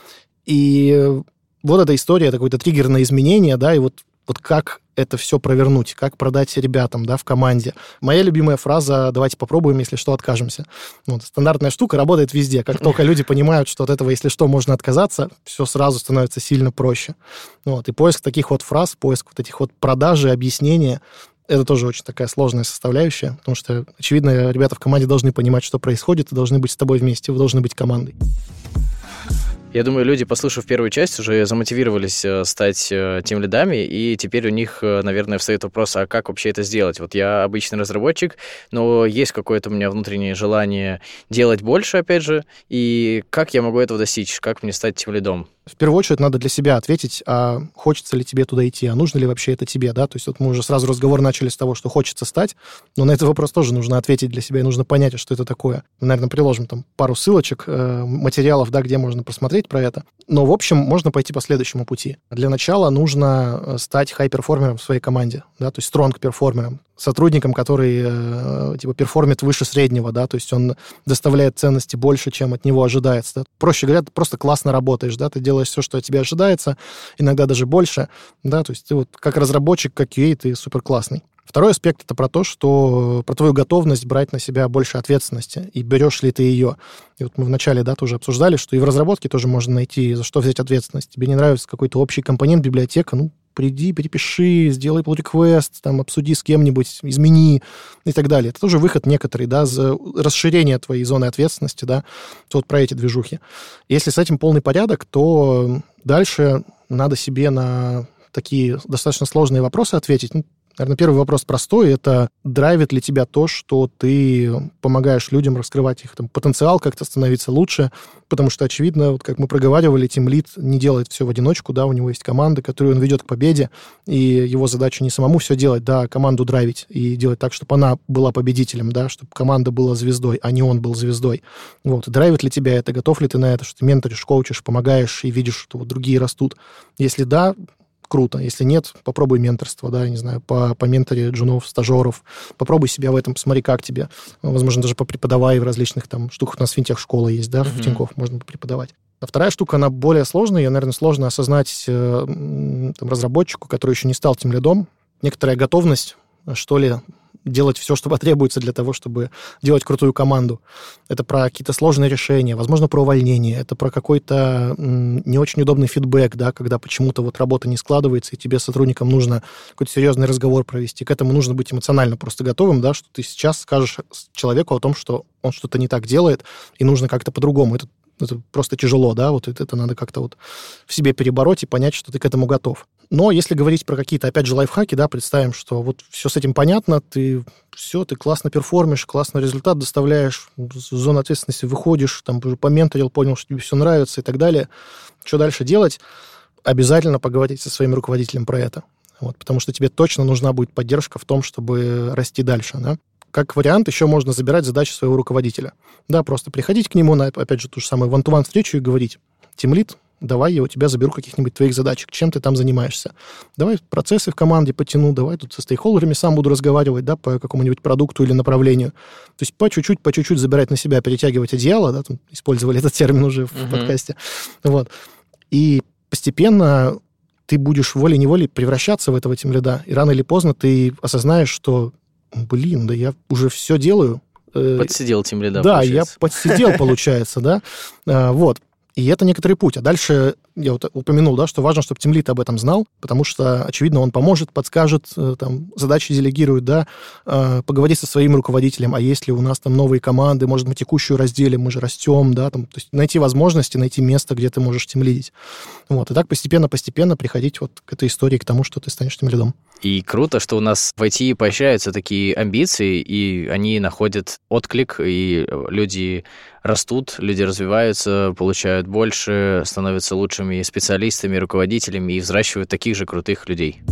B: И вот эта история, это какое-то триггерное изменение, да, и вот, вот как это все провернуть, как продать ребятам, да, в команде. Моя любимая фраза «давайте попробуем, если что, откажемся». Вот, стандартная штука, работает везде. Как только люди понимают, что от этого, если что, можно отказаться, все сразу становится сильно проще. Вот, и поиск таких вот фраз, поиск вот этих вот продажи, объяснения, это тоже очень такая сложная составляющая, потому что, очевидно, ребята в команде должны понимать, что происходит, и должны быть с тобой вместе, вы должны быть командой.
A: Я думаю, люди, послушав первую часть, уже замотивировались стать тимлидами, и теперь у них, наверное, встает вопрос, а как вообще это сделать? Вот я обычный разработчик, но есть какое-то у меня внутреннее желание делать больше, опять же, и как я могу этого достичь? Как мне стать тимлидом?
B: В первую очередь надо для себя ответить, а хочется ли тебе туда идти, а нужно ли вообще это тебе, да? То есть вот мы уже сразу разговор начали с того, что хочется стать, но на этот вопрос тоже нужно ответить для себя, и нужно понять, что это такое. Мы, наверное, приложим там пару ссылочек, э, материалов, да, где можно посмотреть про это. Но, в общем, можно пойти по следующему пути. Для начала нужно стать хай-перформером в своей команде, да, то есть стронг-перформером. сотрудником, который э, типа перформит выше среднего, да, то есть он доставляет ценности больше, чем от него ожидается. Да. Проще говоря, ты просто классно работаешь, да, ты делаешь все, что от тебя ожидается, иногда даже больше, да, то есть ты вот как разработчик, как ю эй, ты супер классный. Второй аспект — это про то, что про твою готовность брать на себя больше ответственности, и берешь ли ты ее. И вот мы вначале, да, тоже обсуждали, что и в разработке тоже можно найти, за что взять ответственность. Тебе не нравится какой-то общий компонент, библиотека, ну, приди, перепиши, сделай pull request, там, обсуди с кем-нибудь, измени и так далее. Это тоже выход некоторый, да, за расширение твоей зоны ответственности, да, вот про эти движухи. Если с этим полный порядок, то дальше надо себе на такие достаточно сложные вопросы ответить. Ну, наверное, первый вопрос простой. Это драйвит ли тебя то, что ты помогаешь людям раскрывать их там, потенциал, как-то становиться лучше? Потому что, очевидно, вот как мы проговаривали, тимлид не делает все в одиночку, да, у него есть команда, которую он ведет к победе, и его задача не самому все делать, да, а команду драйвить и делать так, чтобы она была победителем, да, чтобы команда была звездой, а не он был звездой. Вот. Драйвит ли тебя это? Готов ли ты на это, что ты менторишь, коучишь, помогаешь и видишь, что вот другие растут? Если да, круто. Если нет, попробуй менторство, да, не знаю, по, по менторе джунов, стажеров. Попробуй себя в этом, посмотри, как тебе. Возможно, даже попреподавай в различных там штуках. У нас финтех-школа есть, да, mm-hmm. в Тинькофф можно преподавать. А вторая штука, она более сложная. Ее, наверное, сложно осознать э, там, разработчику, который еще не стал тимлидом. Некоторая готовность, что ли, делать все, что потребуется для того, чтобы делать крутую команду. Это про какие-то сложные решения, возможно, про увольнение, это про какой-то м, не очень удобный фидбэк, да, когда почему-то вот работа не складывается, и тебе с сотрудником нужно какой-то серьезный разговор провести. К этому нужно быть эмоционально просто готовым, да, что ты сейчас скажешь человеку о том, что он что-то не так делает, и нужно как-то по-другому. Это Это просто тяжело, да, вот это, это надо как-то вот в себе перебороть и понять, что ты к этому готов. Но если говорить про какие-то, опять же, лайфхаки, да, представим, что вот все с этим понятно, ты все, ты классно перформишь, классный результат доставляешь, с зоны ответственности выходишь, там уже поменторил, понял, что тебе все нравится и так далее. Что дальше делать? Обязательно поговорить со своим руководителем про это. Вот, потому что тебе точно нужна будет поддержка в том, чтобы расти дальше, да. Как вариант, еще можно забирать задачи своего руководителя. Да, просто приходить к нему на, опять же, ту же самую one-to-one встречу и говорить: тимлид, давай я у тебя заберу каких-нибудь твоих задачек, чем ты там занимаешься. Давай процессы в команде потяну, давай тут со стейкхолдерами сам буду разговаривать, да, по какому-нибудь продукту или направлению. То есть по чуть-чуть, по чуть-чуть забирать на себя, перетягивать одеяло, да, там использовали этот термин уже в uh-huh. подкасте. Вот. И постепенно ты будешь волей-неволей превращаться в этого тимлида, и рано или поздно ты осознаешь, что блин, да я уже все делаю.
A: Подсидел тимлида,
B: да,
A: получается.
B: Да, я подсидел, получается, да. Вот. И это некоторый путь. А дальше я вот упомянул, да, что важно, чтобы тимлид об этом знал, потому что, очевидно, он поможет, подскажет, там, задачи делегирует, да, поговорить со своим руководителем, а есть ли у нас там новые команды, может, мы текущую разделим, мы же растем, да, там, то есть найти возможности, найти место, где ты можешь тимлидить. Вот. И так постепенно-постепенно приходить вот к этой истории, к тому, что ты станешь тимлидом.
A: И круто, что у нас в ай ти поощряются такие амбиции, и они находят отклик, и люди растут, люди развиваются, получают больше, становятся лучшими специалистами, руководителями и взращивают таких же крутых людей.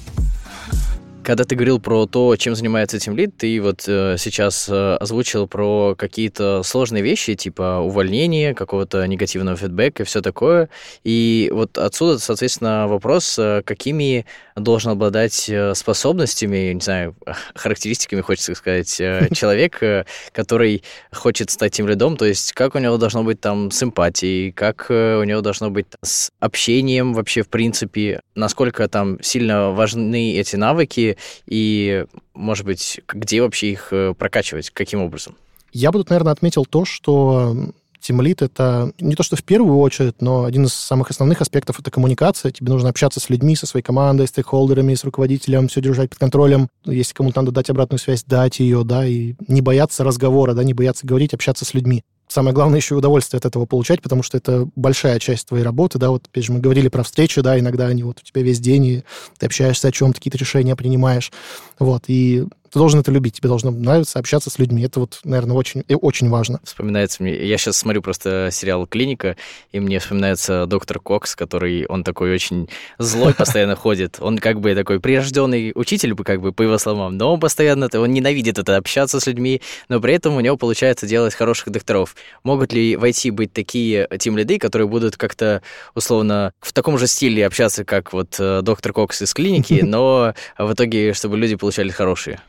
A: Когда ты говорил про то, чем занимается тимлид, ты вот э, сейчас э, озвучил про какие-то сложные вещи, типа увольнения, какого-то негативного фидбэка и все такое. И вот отсюда, соответственно, вопрос, э, какими должен обладать э, способностями, не знаю, характеристиками, хочется сказать, э, человек, э, который хочет стать тимлидом, то есть как у него должно быть там с эмпатией, как э, у него должно быть с общением вообще в принципе, насколько там сильно важны эти навыки, и, может быть, где вообще их прокачивать, каким образом?
B: Я бы тут, наверное, отметил то, что тимлид — это не то, что в первую очередь, но один из самых основных аспектов — это коммуникация. Тебе нужно общаться с людьми, со своей командой, с стейкхолдерами, с руководителем, все держать под контролем. Если кому-то надо дать обратную связь, дать ее, да, и не бояться разговора, да, не бояться говорить, общаться с людьми. Самое главное еще удовольствие от этого получать, потому что это большая часть твоей работы, да, вот, опять же, мы говорили про встречи, да, иногда они вот у тебя весь день, и ты общаешься о чем-то, какие-то решения принимаешь, вот, и ты должен это любить, тебе должно нравиться общаться с людьми, это вот, наверное, очень, очень важно.
A: Вспоминается мне, я сейчас смотрю просто сериал «Клиника», и мне вспоминается доктор Кокс, который, он такой очень злой постоянно ходит, он как бы такой прирожденный учитель, как бы, по его словам, но он постоянно, он ненавидит это, общаться с людьми, но при этом у него получается делать хороших докторов. Могут ли в ай ти быть такие тимлиды, которые будут как-то, условно, в таком же стиле общаться, как вот доктор Кокс из «Клиники», но в итоге, чтобы люди получали хорошие?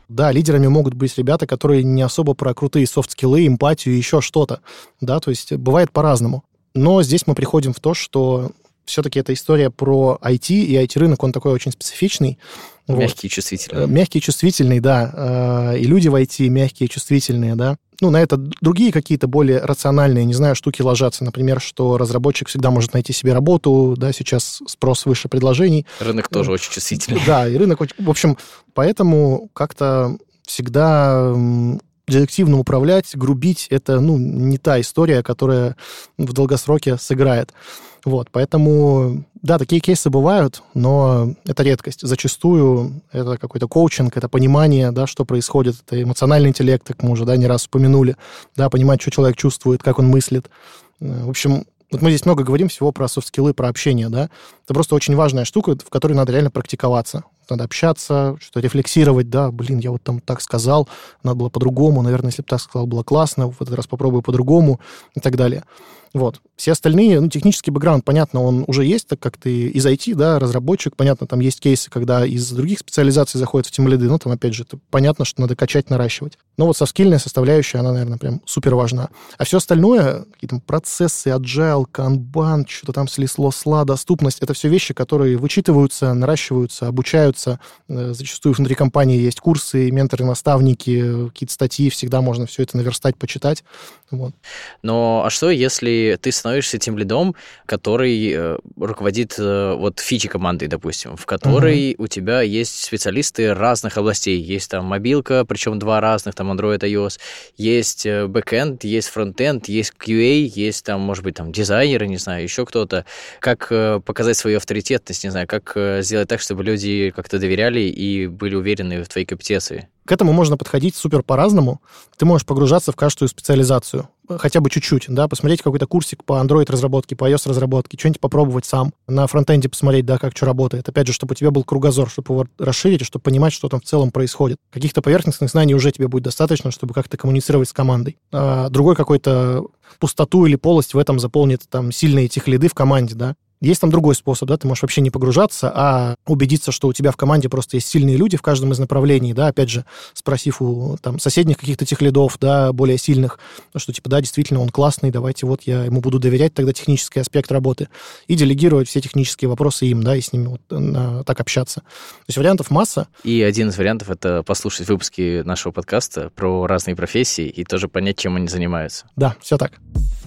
B: Да, лидерами могут быть ребята, которые не особо про крутые софт-скиллы, эмпатию и еще что-то. Да, то есть бывает по-разному. Но здесь мы приходим в то, что все-таки эта история про ай ти, и ай ти-рынок, он такой очень специфичный.
A: Мягкий
B: вот.
A: и чувствительный.
B: Мягкий и чувствительный, да. И люди в ай ти мягкие и чувствительные, да. Ну, на это другие какие-то более рациональные, не знаю, штуки ложатся. Например, что разработчик всегда может найти себе работу, да, сейчас спрос выше предложений.
A: Рынок тоже очень чувствительный.
B: Да, и рынок очень... В общем, поэтому как-то всегда директивно управлять, грубить — это, ну, не та история, которая в долгосроке сыграет. Вот, поэтому, да, такие кейсы бывают, но это редкость. Зачастую это какой-то коучинг, это понимание, да, что происходит, это эмоциональный интеллект, как мы уже, да, не раз упомянули, да, понимать, что человек чувствует, как он мыслит. В общем, вот мы здесь много говорим всего про софт-скиллы, про общение, да. Это просто очень важная штука, в которой надо реально практиковаться. Надо общаться, что-то рефлексировать, да, блин, я вот там так сказал, надо было по-другому, наверное, если бы так сказал, было классно, в этот раз попробую по-другому и так далее. Вот. Все остальные, ну, технический бэкграунд, понятно, он уже есть, так как ты из ай ти, да, разработчик, понятно, там есть кейсы, когда из других специализаций заходят в тимлиды, ну, там, опять же, это понятно, что надо качать, наращивать. Но вот софт-скилльная составляющая, она, наверное, прям супер важна. А все остальное, какие там процессы, agile, канбан, что-то там слисло, сла, доступность, это все вещи, которые вычитываются, наращиваются, обучаются. Зачастую внутри компании есть курсы, менторы, наставники, какие-то статьи, всегда можно все это наверстать, почитать. Вот.
A: Но а что, если ты становишься тимлидом, который э, руководит э, вот фичи командой, допустим, в которой uh-huh. у тебя есть специалисты разных областей. Есть там мобилка, причем два разных, там Android, iOS. Есть бэкэнд, есть фронтенд, есть кью эй, есть там, может быть, там дизайнеры, не знаю, еще кто-то. Как э, показать свою авторитетность, не знаю, как э, сделать так, чтобы люди как-то доверяли и были уверены в твоей компетенции?
B: К этому можно подходить супер по-разному. Ты можешь погружаться в каждую специализацию, хотя бы чуть-чуть, да, посмотреть какой-то курсик по Android-разработке, по iOS-разработке, что-нибудь попробовать сам, на фронтенде посмотреть, да, как что работает. Опять же, чтобы у тебя был кругозор, чтобы его расширить, и чтобы понимать, что там в целом происходит. Каких-то поверхностных знаний уже тебе будет достаточно, чтобы как-то коммуницировать с командой. А другой какой-то пустоту или полость в этом заполнит там сильные техлиды в команде, да. Есть там другой способ, да, ты можешь вообще не погружаться, а убедиться, что у тебя в команде просто есть сильные люди в каждом из направлений, да, опять же, спросив у там соседних каких-то техлидов, да, более сильных, что типа, да, действительно, он классный, давайте вот я ему буду доверять тогда технический аспект работы и делегировать все технические вопросы им, да, и с ними вот на, так общаться. То есть вариантов масса.
A: И один из вариантов — это послушать выпуски нашего подкаста про разные профессии и тоже понять, чем они занимаются.
B: Да, все так.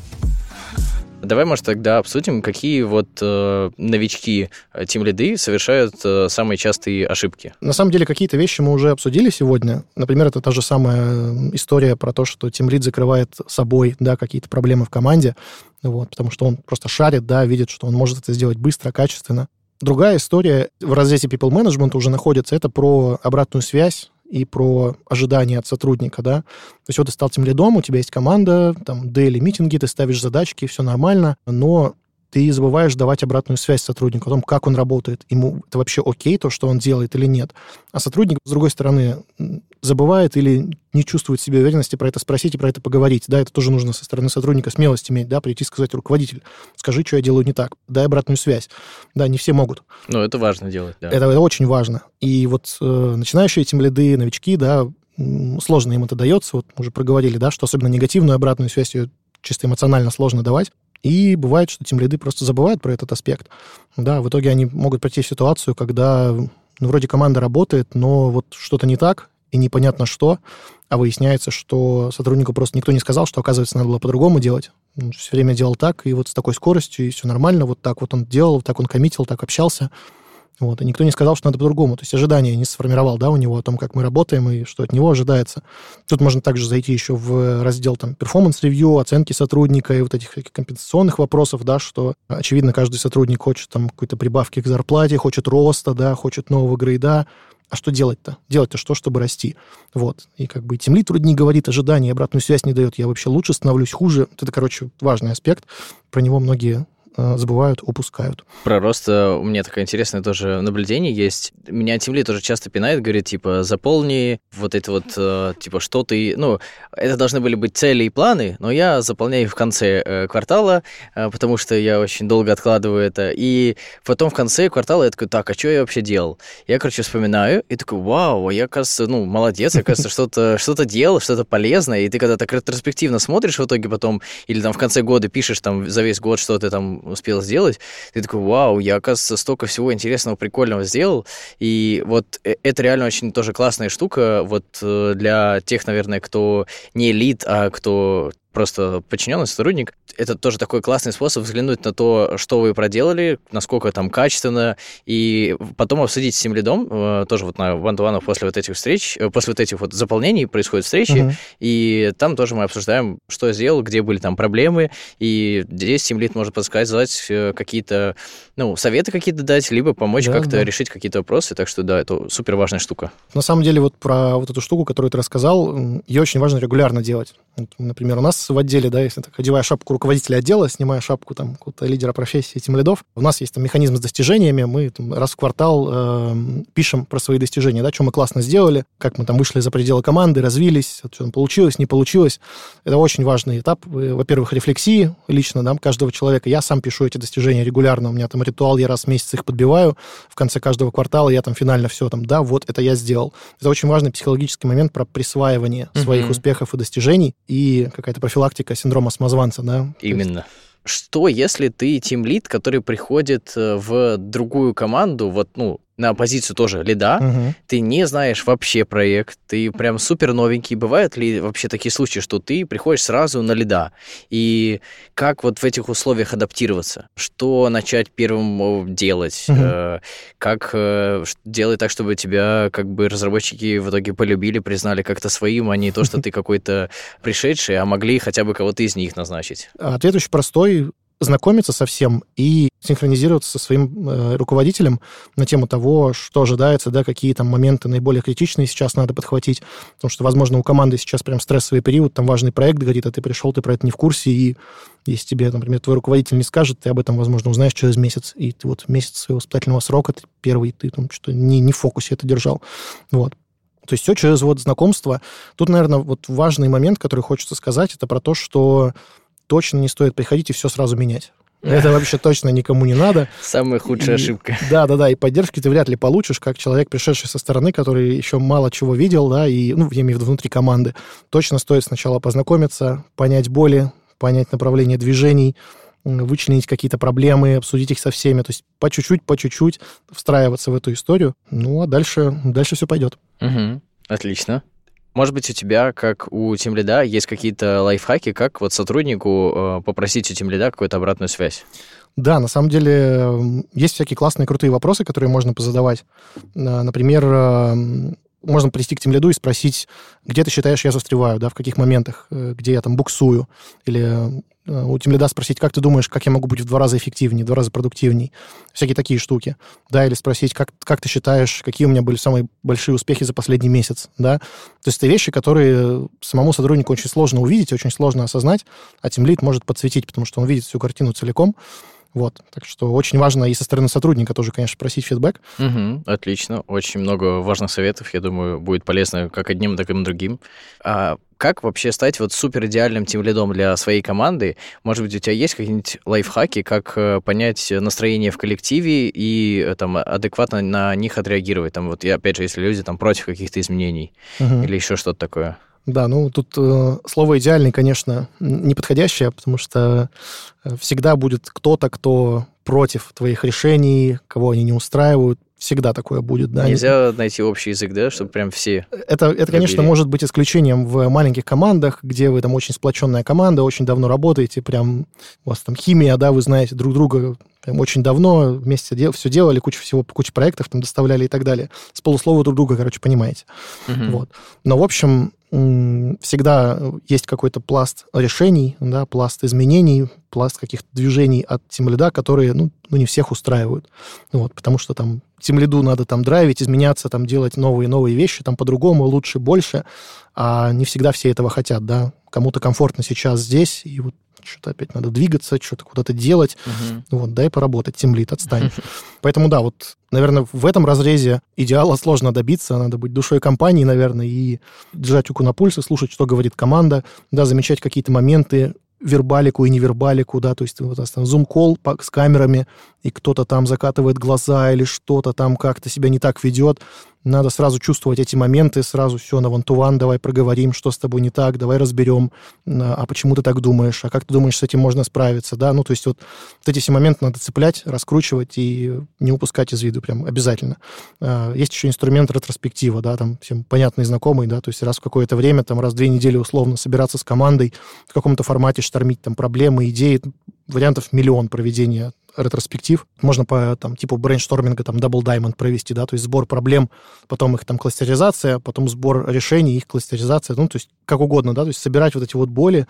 A: Давай, может, тогда обсудим, какие вот э, новички, тимлиды совершают э, самые частые ошибки.
B: На самом деле, какие-то вещи мы уже обсудили сегодня. Например, это та же самая история про то, что тимлид закрывает собой, да, какие-то проблемы в команде, вот, потому что он просто шарит, да, видит, что он может это сделать быстро, качественно. Другая история в разрезе people management уже находится, это про обратную связь и про ожидания от сотрудника, да. То есть вот ты стал тимлидом, у тебя есть команда, там, daily митинги, ты ставишь задачки, все нормально, но ты забываешь давать обратную связь сотруднику о том, как он работает, ему это вообще окей, то, что он делает или нет. А сотрудник, с другой стороны, забывает или не чувствует в себе уверенности про это спросить и про это поговорить. Да, это тоже нужно со стороны сотрудника смелость иметь, да, прийти и сказать: руководитель, скажи, что я делаю не так, дай обратную связь. Да, не все могут.
A: Ну, это важно делать, да.
B: Это, это очень важно. И вот э, начинающие тимлиды, новички, да, сложно им это дается. Вот мы уже проговорили, да, что особенно негативную обратную связь ее чисто эмоционально сложно давать. И бывает, что тимлиды просто забывают про этот аспект. Да, в итоге они могут прийти в ситуацию, когда, ну, вроде команда работает, но вот что-то не так, и непонятно что, а выясняется, что сотруднику просто никто не сказал, что, оказывается, надо было по-другому делать. Он все время делал так, и вот с такой скоростью, и все нормально, вот так вот он делал, так он коммитил, так общался. Вот, и никто не сказал, что надо по-другому. То есть ожидания не сформировал, да, у него о том, как мы работаем и что от него ожидается. Тут можно также зайти еще в раздел там перформанс-ревью, оценки сотрудника и вот этих компенсационных вопросов, да, что, очевидно, каждый сотрудник хочет там какой-то прибавки к зарплате, хочет роста, да, хочет нового грейда. А что делать-то? Делать-то что, чтобы расти? Вот. И как бы тимлид вроде не говорит ожиданий, обратную связь не дает, я вообще лучше становлюсь, хуже. Вот это, короче, важный аспект. Про него многие э, забывают, упускают.
A: Про рост у меня такое интересное тоже наблюдение есть. Меня тимлид тоже часто пинает, говорит, типа, заполни вот это вот, э, типа, что ты... Ну, это должны были быть цели и планы, но я заполняю их в конце э, квартала, э, потому что я очень долго откладываю это. И потом в конце квартала я такой, так, а что я вообще делал? Я, короче, вспоминаю и такой, вау, я, кажется, ну, молодец, я, кажется, что-то, что-то делал, что-то полезное. И ты когда так ретроспективно смотришь в итоге потом, или там в конце года пишешь там за весь год, что ты там успел сделать, ты такой, вау, я, оказывается, столько всего интересного, прикольного сделал. И вот это реально очень тоже классная штука вот для тех, наверное, кто не лид, а кто просто подчиненный сотрудник. Это тоже такой классный способ взглянуть на то, что вы проделали, насколько там качественно, и потом обсудить с тимлидом, тоже вот на one-to-one после вот этих встреч, после вот этих вот заполнений происходят встречи, uh-huh. и там тоже мы обсуждаем, что я сделал, где были там проблемы, и здесь тимлид может подсказать какие-то, ну, советы какие-то дать, либо помочь да, как-то да. решить какие-то вопросы, так что да, это супер важная штука.
B: На самом деле вот про вот эту штуку, которую ты рассказал, ее очень важно регулярно делать. Вот, например, у нас в отделе, да, если так, одевая шапку руководителя отдела, снимая шапку там какого-то лидера профессии, тимлидов, у нас есть там механизм с достижениями, мы там, раз в квартал э, пишем про свои достижения, да, что мы классно сделали, как мы там вышли за пределы команды, развились, что там получилось, не получилось. Это очень важный этап, во-первых, рефлексии лично, да, каждого человека. Я сам пишу эти достижения регулярно, у меня там ритуал, я раз в месяц их подбиваю, в конце каждого квартала я там финально все там, да, вот это я сделал. Это очень важный психологический момент про присваивание mm-hmm. своих успехов и достижений, и какая-то профилактика синдрома самозванца, да?
A: Именно. Что, если ты тимлид, который приходит в другую команду, вот, ну, на позицию тоже лида, угу. ты не знаешь вообще проект, ты прям супер новенький. Бывают ли вообще такие случаи, что ты приходишь сразу на лида? И как вот в этих условиях адаптироваться? Что начать первым делать? Угу. Э, как э, делать так, чтобы тебя как бы разработчики в итоге полюбили, признали как-то своим, а не то, что ты какой-то пришедший, а могли хотя бы кого-то из них назначить?
B: Ответ очень простой. Знакомиться со всем и синхронизироваться со своим э, руководителем на тему того, что ожидается, да, какие там моменты наиболее критичные сейчас надо подхватить, потому что, возможно, у команды сейчас прям стрессовый период, там важный проект горит, а ты пришел, ты про это не в курсе, и если тебе, например, твой руководитель не скажет, ты об этом, возможно, узнаешь через месяц, и ты вот месяц своего испытательного срока, ты первый, ты там что-то не, не в фокусе это держал, вот. То есть все через вот знакомство. Тут, наверное, вот важный момент, который хочется сказать, это про то, что точно не стоит приходить и все сразу менять. Это вообще точно никому не надо.
A: Самая худшая и, ошибка.
B: Да-да-да, и поддержки ты вряд ли получишь, как человек, пришедший со стороны, который еще мало чего видел, да, и, ну, я имею в виду внутри команды. Точно стоит сначала познакомиться, понять боли, понять направление движений, вычленить какие-то проблемы, обсудить их со всеми. То есть по чуть-чуть, по чуть-чуть встраиваться в эту историю. Ну, а дальше, дальше все пойдет.
A: Угу. Отлично. Может быть, у тебя, как у тимлида, есть какие-то лайфхаки, как вот сотруднику э, попросить у тимлида какую-то обратную связь?
B: Да, на самом деле есть всякие классные, крутые вопросы, которые можно позадавать. Например, можно прийти к тимлиду и спросить, где ты считаешь, я застреваю, да, в каких моментах, где я там буксую, или у тимлида спросить, как ты думаешь, как я могу быть в два раза эффективнее, в два раза продуктивней, всякие такие штуки, да, или спросить, как, как ты считаешь, какие у меня были самые большие успехи за последний месяц, да, то есть это вещи, которые самому сотруднику очень сложно увидеть, очень сложно осознать, а тимлид может подсветить, потому что он видит всю картину целиком. Вот, так что очень важно и со стороны сотрудника тоже, конечно, просить фидбэк.
A: Угу, отлично, очень много важных советов, я думаю, будет полезно как одним, так и другим. А как вообще стать вот супер идеальным тимлидом для своей команды? Может быть, у тебя есть какие-нибудь лайфхаки, как понять настроение в коллективе и там адекватно на них отреагировать? Там вот, и опять же, если люди там против каких-то изменений угу. или еще что-то такое.
B: Да, ну тут э, слово «идеальный», конечно, неподходящее, потому что всегда будет кто-то, кто против твоих решений, кого они не устраивают. Всегда такое будет, да.
A: Нельзя они... найти общий язык, да, чтобы прям все...
B: Это, это конечно, может быть исключением в маленьких командах, где вы там очень сплоченная команда, очень давно работаете, прям у вас там химия, да, вы знаете друг друга прям очень давно, вместе дел, все делали, кучу всего, кучу проектов там доставляли и так далее. С полуслова друг друга, короче, понимаете. Угу. Вот. Но, в общем, всегда есть какой-то пласт решений, да, пласт изменений, пласт каких-то движений от тимлида, которые, ну, ну не всех устраивают. Вот, потому что там тимлиду надо там драйвить, изменяться, там делать новые-новые вещи, там по-другому, лучше, больше, а не всегда все этого хотят, да. Кому-то комфортно сейчас здесь, и вот что-то опять надо двигаться, что-то куда-то делать. Угу. Вот, дай поработать, тимлид, отстань. Поэтому, да, вот, наверное, в этом разрезе идеала сложно добиться. Надо быть душой компании, наверное, и держать руку на пульсе, слушать, что говорит команда, да, замечать какие-то моменты, вербалику и невербалику, да, то есть вот у нас там зум-колл с камерами, и кто-то там закатывает глаза или что-то там как-то себя не так ведет. Надо сразу чувствовать эти моменты, сразу все на one-to-one, давай проговорим, что с тобой не так, давай разберем, а почему ты так думаешь, а как ты думаешь, с этим можно справиться, да, ну, то есть вот, вот эти все моменты надо цеплять, раскручивать и не упускать из виду, прям обязательно. Есть еще инструмент ретроспектива, да, там всем понятный, знакомый, да, то есть раз в какое-то время, там раз в две недели условно собираться с командой в каком-то формате, штормить там проблемы, идеи, вариантов миллион проведения ретроспектив. Можно по там, типу брейншторминга там Double Diamond провести, да, то есть сбор проблем, потом их там кластеризация, потом сбор решений, их кластеризация, ну, то есть как угодно, да, то есть собирать вот эти вот боли.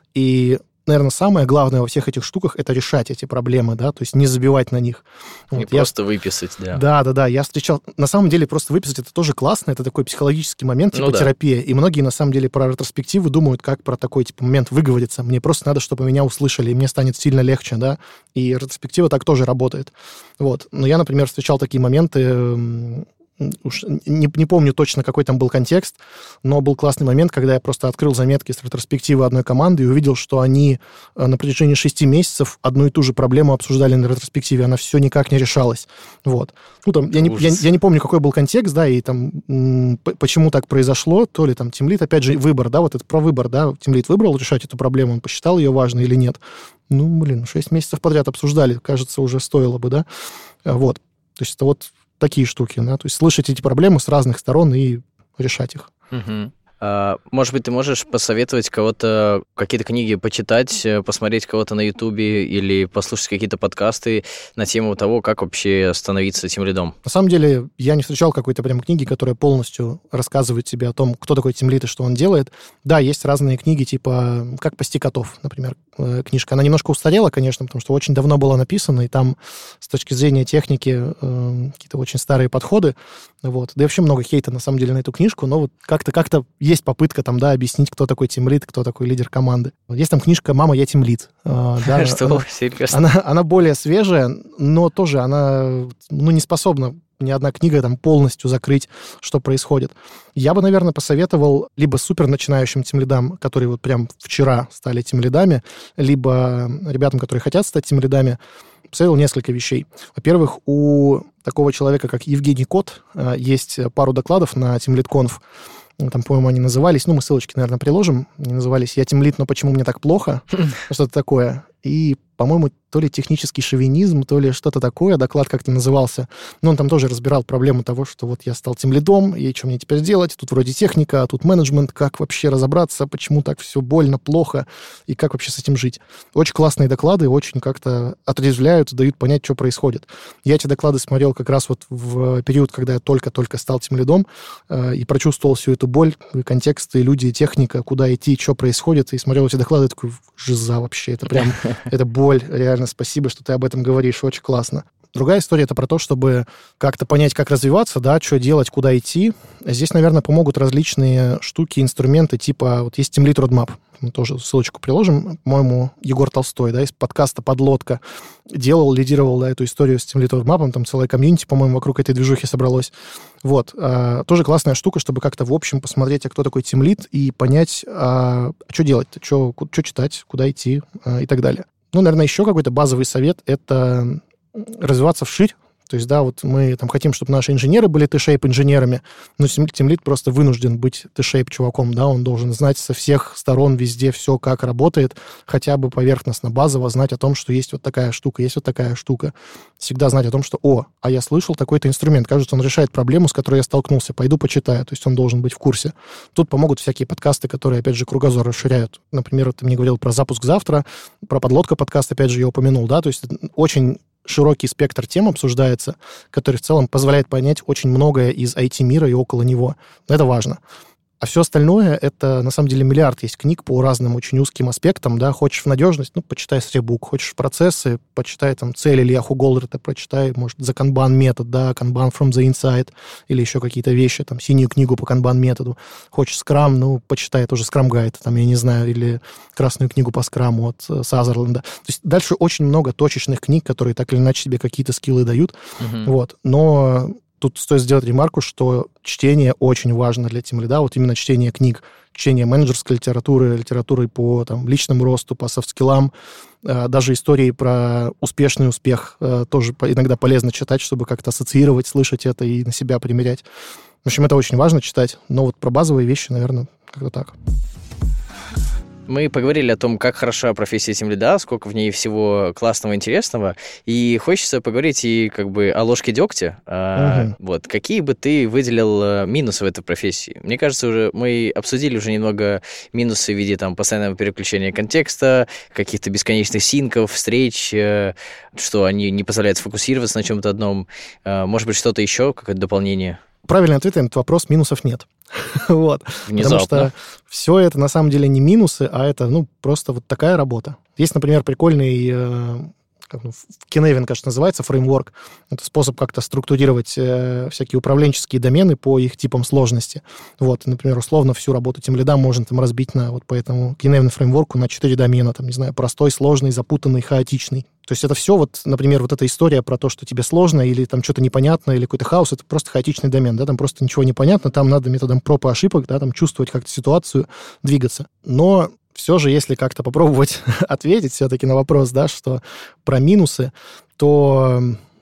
B: И, наверное, самое главное во всех этих штуках — это решать эти проблемы, да, то есть не забивать на них.
A: Не
B: вот,
A: просто
B: я...
A: выписать, да.
B: Да, да, да, я встречал... На самом деле просто выписать — это тоже классно, это такой психологический момент, типа ну, да. терапия, и многие, на самом деле, про ретроспективы думают, как про такой, типа, момент выговориться. Мне просто надо, чтобы меня услышали, и мне станет сильно легче, да, и ретроспектива так тоже работает. Вот. Но я, например, встречал такие моменты... Уж не, не помню точно, какой там был контекст, но был классный момент, когда я просто открыл заметки с ретроспективы одной команды и увидел, что они на протяжении шести месяцев одну и ту же проблему обсуждали на ретроспективе, она все никак не решалась. Вот. Ну, там, я, не, я, я не помню, какой был контекст, да, и там м- почему так произошло, то ли там тимлид, опять же, выбор, да, вот это про выбор, да, тимлид выбрал решать эту проблему, он посчитал ее важной или нет. Ну, блин, шесть месяцев подряд обсуждали, кажется, уже стоило бы, да. Вот. То есть это вот такие штуки, да, то есть слышать эти проблемы с разных сторон и решать их.
A: Угу. А, может быть, ты можешь посоветовать кого-то, какие-то книги почитать, посмотреть кого-то на Ютубе или послушать какие-то подкасты на тему того, как вообще становиться тимлидом?
B: На самом деле, я не встречал какой-то прям книги, которая полностью рассказывает тебе о том, кто такой тимлид и что он делает. Да, есть разные книги, типа «Как пасти котов», например, книжка. Она немножко устарела, конечно, потому что очень давно была написана, и там с точки зрения техники э, какие-то очень старые подходы. Вот. Да и вообще много хейта, на самом деле, на эту книжку, но вот как-то, как-то есть попытка там, да, объяснить, кто такой тимлид, кто такой лидер команды. Есть там книжка «Мама, я тимлид».
A: Что? Серьезно?
B: Она более свежая, но тоже она ну, не способна ни одна книга там полностью закрыть, что происходит. Я бы, наверное, посоветовал либо супер начинающим тимлидам, которые вот прям вчера стали тимлидами, либо ребятам, которые хотят стать тимлидами, посоветовал несколько вещей. Во-первых, у такого человека, как Евгений Кот, есть пару докладов на TeamLead.conf. Там, по-моему, они назывались, ну, мы ссылочки, наверное, приложим, они назывались «Я тимлид, но почему мне так плохо?» Что-то такое. И, по-моему, то ли технический шовинизм, то ли что-то такое, доклад как-то назывался. Но он там тоже разбирал проблему того, что вот я стал тимлидом, и что мне теперь делать? Тут вроде техника, а тут менеджмент, как вообще разобраться, почему так все больно, плохо, и как вообще с этим жить. Очень классные доклады, очень как-то отрезвляют, дают понять, что происходит. Я эти доклады смотрел как раз вот в период, когда я только-только стал тимлидом, э, и прочувствовал всю эту боль, и контексты, и люди, и техника, куда идти, что происходит, и смотрел эти доклады, такой, жиза вообще, это прям, это боль, реально, спасибо, что ты об этом говоришь, очень классно. Другая история — это про то, чтобы как-то понять, как развиваться, да, что делать, куда идти. Здесь, наверное, помогут различные штуки, инструменты, типа, вот есть Teamlead Roadmap, мы тоже ссылочку приложим, по-моему, Егор Толстой, да, из подкаста «Подлодка» делал, лидировал, да, эту историю с Teamlead Roadmap, там целая комьюнити, по-моему, вокруг этой движухи собралось. Вот, а, тоже классная штука, чтобы как-то в общем посмотреть, а кто такой Teamlead, и понять, а, что делать, что читать, куда идти а, и так далее. Ну, наверное, еще какой-то базовый совет — это развиваться вширь. То есть, да, вот мы там хотим, чтобы наши инженеры были T-shape инженерами, но тимлид просто вынужден быть T-shape чуваком, да, он должен знать со всех сторон везде все, как работает, хотя бы поверхностно, базово знать о том, что есть вот такая штука, есть вот такая штука. Всегда знать о том, что, о, а я слышал такой-то инструмент, кажется, он решает проблему, с которой я столкнулся, пойду почитаю, то есть он должен быть в курсе. Тут помогут всякие подкасты, которые, опять же, кругозор расширяют. Например, ты мне говорил про «Запуск завтра», про «Подлодка» подкаст, опять же, я упомянул, да, то есть очень широкий спектр тем обсуждается, который в целом позволяет понять очень многое из ай ти-мира и около него. Это важно. А все остальное, это, на самом деле, миллиард есть книг по разным очень узким аспектам, да, хочешь в надежность, ну, почитай Сребук, хочешь в процессы, почитай там цель или Яху Голдрата, прочитай, может, за Kanban метод, да, Kanban from the inside, или еще какие-то вещи, там, синюю книгу по Kanban методу. Хочешь Scrum, ну, почитай тоже Scrum Guide, там, я не знаю, или красную книгу по Scrum от Сазерленда. То есть дальше очень много точечных книг, которые так или иначе тебе какие-то скиллы дают, uh-huh. вот, но... Тут стоит сделать ремарку, что чтение очень важно для тимлида, вот именно чтение книг, чтение менеджерской литературы, литературы по там, личному росту, по софт-скиллам, э, даже истории про успешный успех э, тоже по- иногда полезно читать, чтобы как-то ассоциировать, слышать это и на себя примерять. В общем, это очень важно читать, но вот про базовые вещи, наверное, как-то так.
A: Мы поговорили о том, как хороша профессия тимлида, сколько в ней всего классного и интересного, и хочется поговорить и как бы о ложке дегтя. Угу. А, вот, какие бы ты выделил минусы в этой профессии? Мне кажется, уже мы обсудили уже немного минусы в виде там постоянного переключения контекста, каких-то бесконечных синков, встреч, что они не позволяют сфокусироваться на чем-то одном. Может быть, что-то еще, какое-то дополнение?
B: Правильный ответ на этот вопрос: минусов нет. Вот.
A: Внезапно.
B: Потому что все это на самом деле не минусы, а это, ну, просто вот такая работа. Есть, например, прикольный, э, как, ну, в Kinevin, кажется, называется, фреймворк. Это способ как-то структурировать э, всякие управленческие домены по их типам сложности. Вот, например, условно всю работу тимлида можно там разбить на вот по этому Kinevin фреймворку на четыре домена, там, не знаю, простой, сложный, запутанный, хаотичный. То есть это все, вот, например, вот эта история про то, что тебе сложно или там что-то непонятно, или какой-то хаос, это просто хаотичный домен, да, там просто ничего не понятно, там надо методом проб и ошибок, да, там чувствовать как-то ситуацию, двигаться. Но все же, если как-то попробовать ответить все-таки на вопрос, да, что про минусы, то...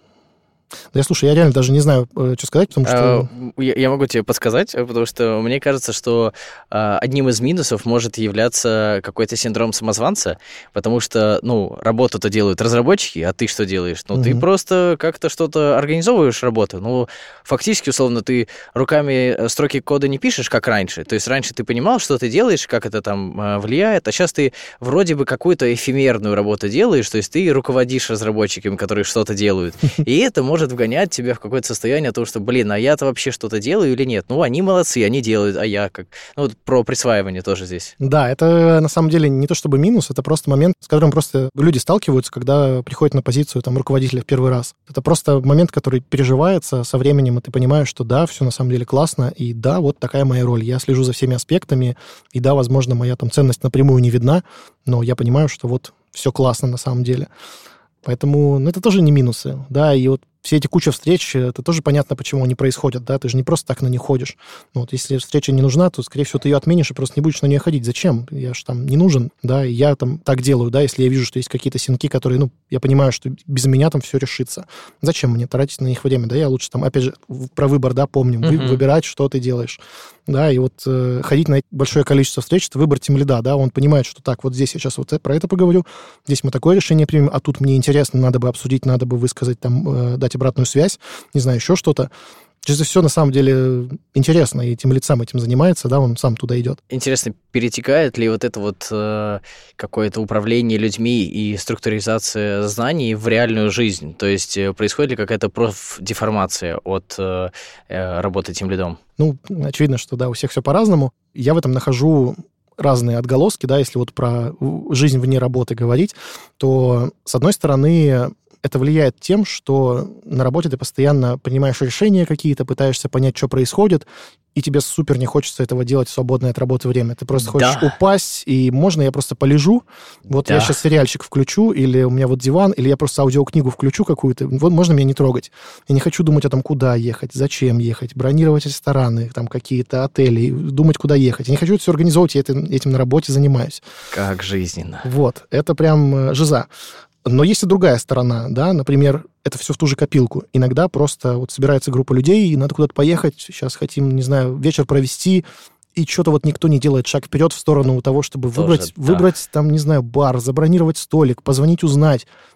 B: Да, я, слушай, я реально даже не знаю, что сказать, потому что...
A: Я, я могу тебе подсказать, потому что мне кажется, что а, одним из минусов может являться какой-то синдром самозванца, потому что, ну, работу-то делают разработчики, а ты что делаешь? Ну, угу. Ты просто как-то что-то организовываешь работу. Ну, фактически, условно, ты руками строки кода не пишешь, как раньше. То есть раньше ты понимал, что ты делаешь, как это там влияет, а сейчас ты вроде бы какую-то эфемерную работу делаешь, то есть ты руководишь разработчиками, которые что-то делают. И это может вгонять тебя в какое-то состояние того, что, блин, а я-то вообще что-то делаю или нет? Ну, они молодцы, они делают, а я как? Ну, вот про присваивание тоже здесь.
B: Да, это на самом деле не то чтобы минус, это просто момент, с которым просто люди сталкиваются, когда приходят на позицию там руководителя в первый раз. Это просто момент, который переживается со временем, и ты понимаешь, что да, все на самом деле классно, и да, вот такая моя роль. Я слежу за всеми аспектами, и да, возможно, моя там ценность напрямую не видна, но я понимаю, что вот все классно на самом деле. Поэтому, ну, это тоже не минусы, да, и вот все эти куча встреч, это тоже понятно, почему они происходят, да, ты же не просто так на них ходишь. Ну, вот если встреча не нужна, то, скорее всего, ты ее отменишь и просто не будешь на нее ходить. Зачем? Я же там не нужен, да, и я там так делаю, да, если я вижу, что есть какие-то синки, которые, ну, я понимаю, что без меня там все решится. Зачем мне тратить на них время, да, я лучше там, опять же, про выбор, да, помним, uh-huh. выбирать, что ты делаешь, да, и вот э, ходить на большое количество встреч, это выбор тимлида, да, он понимает, что так, вот здесь я сейчас вот про это поговорю, здесь мы такое решение примем, а тут мне интересно, надо бы обсудить, надо бы высказать, там, э, дать обратную связь, не знаю, еще что-то. Это все на самом деле интересно, и тимлид сам этим занимается, да, он сам туда идет.
A: Интересно, перетекает ли вот это вот э, какое-то управление людьми и структуризация знаний в реальную жизнь? То есть происходит ли какая-то профдеформация от э, работы тимлидом?
B: Ну, очевидно, что да, у всех все по-разному. Я в этом нахожу разные отголоски, да, если вот про жизнь вне работы говорить, то, с одной стороны, это влияет тем, что на работе ты постоянно принимаешь решения какие-то, пытаешься понять, что происходит, и тебе супер не хочется этого делать в свободное от работы время. Ты просто хочешь да. упасть, и можно я просто полежу, вот да. я сейчас сериальчик включу, или у меня вот диван, или я просто аудиокнигу включу какую-то, вот можно меня не трогать. Я не хочу думать о том, куда ехать, зачем ехать, бронировать рестораны, там какие-то отели, думать, куда ехать. Я не хочу это все организовывать, я этим, этим на работе занимаюсь.
A: Как жизненно.
B: Вот, это прям жиза. Но есть и другая сторона, да, например, это все в ту же копилку. Иногда просто вот собирается группа людей, и надо куда-то поехать, сейчас хотим, не знаю, вечер провести, и что-то вот никто не делает шаг вперед в сторону того, чтобы Тоже, выбрать, да. выбрать, там, не знаю, бар, забронировать столик, позвонить, узнать.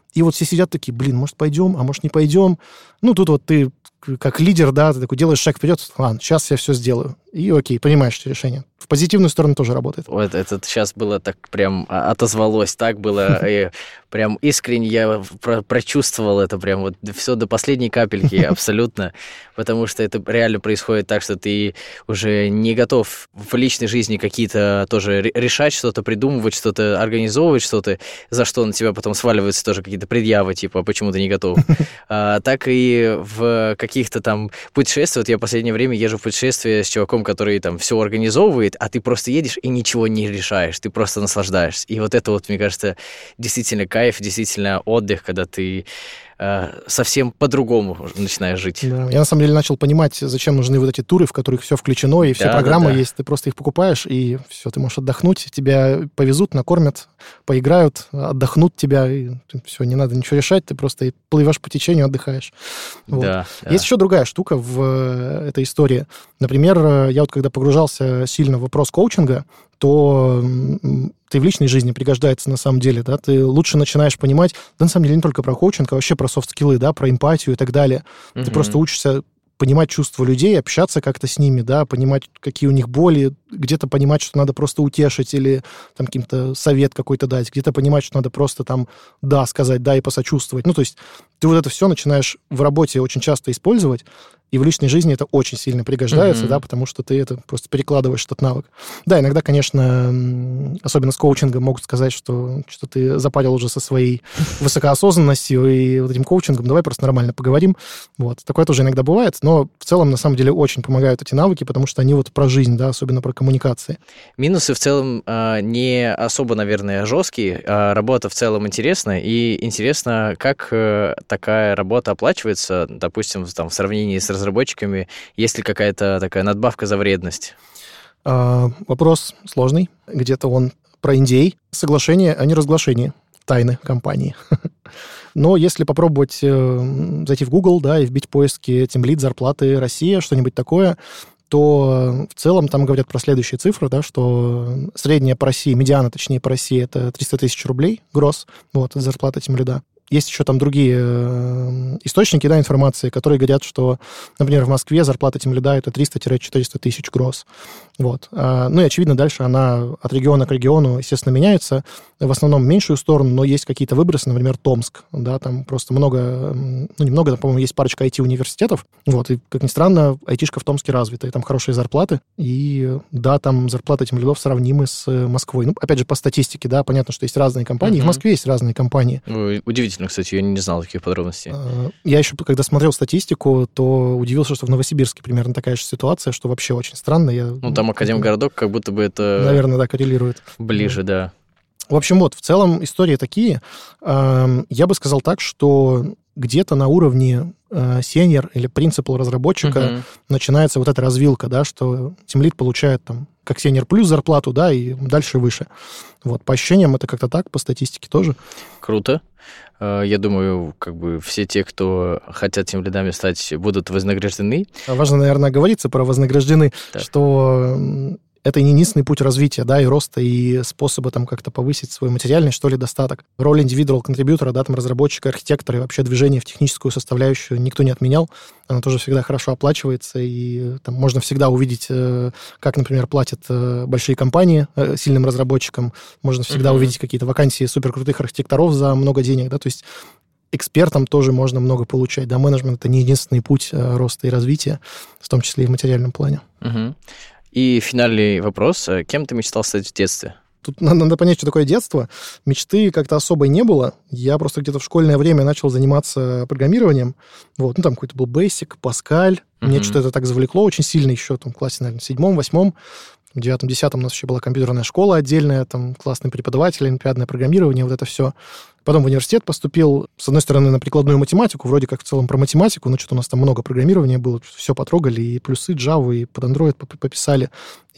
B: И вот все сидят такие, блин, может, пойдем, а может, не пойдем. Ну, тут вот ты как лидер, да, ты такой делаешь шаг вперед, ладно, сейчас я все сделаю. И окей, понимаешь это решение. В позитивную сторону тоже работает.
A: Вот это сейчас было так прям отозвалось, так было, и прям искренне я про- прочувствовал это прям вот все до последней капельки абсолютно, потому что это реально происходит так, что ты уже не готов в личной жизни какие-то тоже решать что-то, придумывать что-то, организовывать что-то, за что на тебя потом сваливаются тоже какие-то предъявы, типа, почему ты не готов. А, так и в каких-то там путешествиях, вот я в последнее время езжу в путешествие с чуваком, который там все организовывает, а ты просто едешь и ничего не решаешь, ты просто наслаждаешься. И вот это вот, мне кажется, действительно кайф, действительно отдых, когда ты э, совсем по-другому начинаешь жить.
B: Да. Я на самом деле начал понимать, зачем нужны вот эти туры, в которых все включено, и все да, программы да, да. есть, ты просто их покупаешь, и все, ты можешь отдохнуть, тебя повезут, накормят, поиграют, отдохнут тебя, и все, не надо ничего решать, ты просто плывешь по течению, отдыхаешь. Вот. Да, да. Есть еще другая штука в этой истории. Например, я вот когда погружался сильно в вопрос коучинга, то ты в личной жизни пригождается на самом деле, да, ты лучше начинаешь понимать, да, на самом деле не только про коучинг, а вообще про софт-скиллы, да, про эмпатию и так далее. Mm-hmm. Ты просто учишься понимать чувства людей, общаться как-то с ними, да, понимать, какие у них боли, где-то понимать, что надо просто утешить или там каким-то совет какой-то дать, где-то понимать, что надо просто там да сказать, да и посочувствовать. Ну, то есть ты вот это все начинаешь в работе очень часто использовать, и в личной жизни это очень сильно пригождается, mm-hmm. да, потому что ты это просто перекладываешь, этот навык. Да, иногда, конечно, особенно с коучингом могут сказать, что что ты запарил уже со своей высокоосознанностью и вот этим коучингом, давай просто нормально поговорим. Вот. Такое тоже иногда бывает, но в целом, на самом деле, очень помогают эти навыки, потому что они вот про жизнь, да, особенно про коммуникации.
A: Минусы в целом не особо, наверное, жесткие, а работа в целом интересна, и интересно, как такая работа оплачивается, допустим, там, в сравнении с разработчиками, есть ли какая-то такая надбавка за вредность?
B: А, вопрос сложный. Где-то он про эн ди эй. Соглашение о неразглашении тайны компании. Но если попробовать э, зайти в Google, да, и вбить в поиске тимлид, зарплаты, Россия, что-нибудь такое, то в целом там говорят про следующие цифры, да, что средняя по России, медиана, точнее, по России, это триста тысяч рублей гросс, вот, зарплата тимлида. Есть еще там другие источники, да, информации, которые говорят, что, например, в Москве зарплата тимлида это триста-четыреста тысяч гросс. Вот. Ну и, очевидно, дальше она от региона к региону, естественно, меняется. В основном в меньшую сторону, но есть какие-то выбросы, например, Томск. Да, там просто много, ну, немного, по-моему, есть парочка ай ти-университетов. Вот. И, как ни странно, айтишка в Томске развита, и там хорошие зарплаты. И, да, там зарплаты тимлидов сравнимы с Москвой. Ну, опять же, по статистике, да, понятно, что есть разные компании. Mm-hmm. В Москве есть разные компании.
A: Ой, удивительно. Кстати, я не знал таких подробностей.
B: Я еще, когда смотрел статистику, то удивился, что в Новосибирске примерно такая же ситуация, что вообще очень странно. Я,
A: ну, там Академгородок, как будто бы это...
B: Наверное, да, коррелирует.
A: Ближе, да.
B: В общем, вот, в целом истории такие. Я бы сказал так, что где-то на уровне сеньор или принципал разработчика uh-huh. начинается вот эта развилка, да, что тимлид получает там как сеньор плюс зарплату, да, и дальше выше. Вот, по ощущениям это как-то так, по статистике тоже.
A: Круто. Я думаю, как бы все те, кто хотят тимлидами стать, будут вознаграждены.
B: Важно, наверное, говориться про вознаграждены, так. что это не единственный путь развития, да, и роста, и способы там как-то повысить свой материальный, что ли, достаток. Роль индивидуал-контрибьютора, да, там, разработчика, архитектора и вообще движение в техническую составляющую никто не отменял. Она тоже всегда хорошо оплачивается, и там можно всегда увидеть, как, например, платят большие компании сильным разработчикам, можно всегда mm-hmm. увидеть какие-то вакансии суперкрутых архитекторов за много денег, да, то есть экспертам тоже можно много получать, да, менеджмент — это не единственный путь роста и развития, в том числе и в материальном плане.
A: Mm-hmm. И финальный вопрос. Кем ты мечтал стать в детстве?
B: Тут надо, надо понять, что такое детство. Мечты как-то особой не было. Я просто где-то в школьное время начал заниматься программированием. Вот. Ну, там какой-то был Basic, Pascal. Uh-huh. Мне что-то это так завлекло очень сильно еще там, в классе, наверное, в седьмом, восьмом. В девятом, десятом у нас еще была компьютерная школа отдельная, там классный преподаватель, олимпиадное программирование, вот это все. Потом в университет поступил, с одной стороны, на прикладную математику, вроде как в целом про математику, но что-то у нас там много программирования было, все потрогали, и плюсы, Java, и под Android пописали,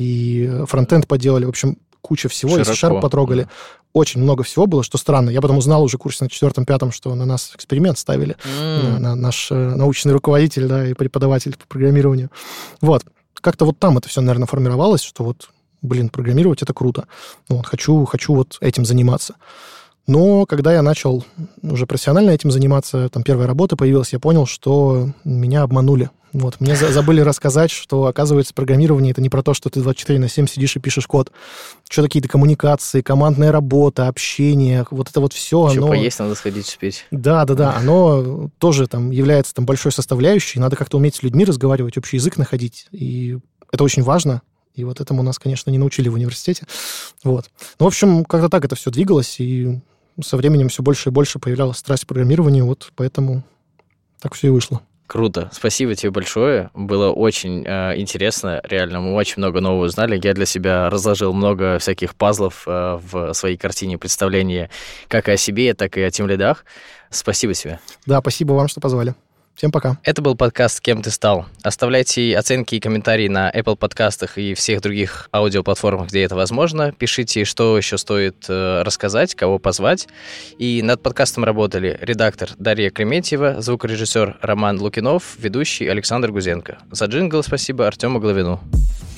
B: и фронтенд поделали, в общем, куча всего, широко. И C-Sharp потрогали. Очень много всего было, что странно. Я потом узнал уже в курсе на четвертом-пятом, что на нас эксперимент ставили, mm. на, на наш э, научный руководитель, да, и преподаватель по программированию. Вот. Как-то вот там это все, наверное, формировалось, что вот, блин, программировать — это круто. Вот, хочу, хочу вот этим заниматься. Но когда я начал уже профессионально этим заниматься, там первая работа появилась, я понял, что меня обманули. Вот. Мне за- забыли рассказать, что, оказывается, программирование — это не про то, что ты двадцать четыре на семь сидишь и пишешь код. Что какие-то коммуникации, командная работа, общение, вот это вот все.
A: Еще
B: оно...
A: поесть надо сходить успеть.
B: Да, да, да. Оно тоже там является там большой составляющей. Надо как-то уметь с людьми разговаривать, общий язык находить. И это очень важно. И вот этому нас, конечно, не научили в университете. Вот. Ну, в общем, как-то так это все двигалось, и со временем все больше и больше появлялась страсть к программированию, вот поэтому так все и вышло.
A: Круто. Спасибо тебе большое. Было очень э, интересно. Реально, мы очень много нового узнали. Я для себя разложил много всяких пазлов э, в своей картине представления как и о себе, так и о тимлидах. Спасибо тебе.
B: Да, спасибо вам, что позвали. Всем пока.
A: Это был подкаст «Кем ты стал?». Оставляйте оценки и комментарии на Apple подкастах и всех других аудиоплатформах, где это возможно. Пишите, что еще стоит э, рассказать, кого позвать. И над подкастом работали редактор Дарья Клементьева, звукорежиссер Роман Лукинов, ведущий Александр Гузенко. За джингл спасибо Артему Головину.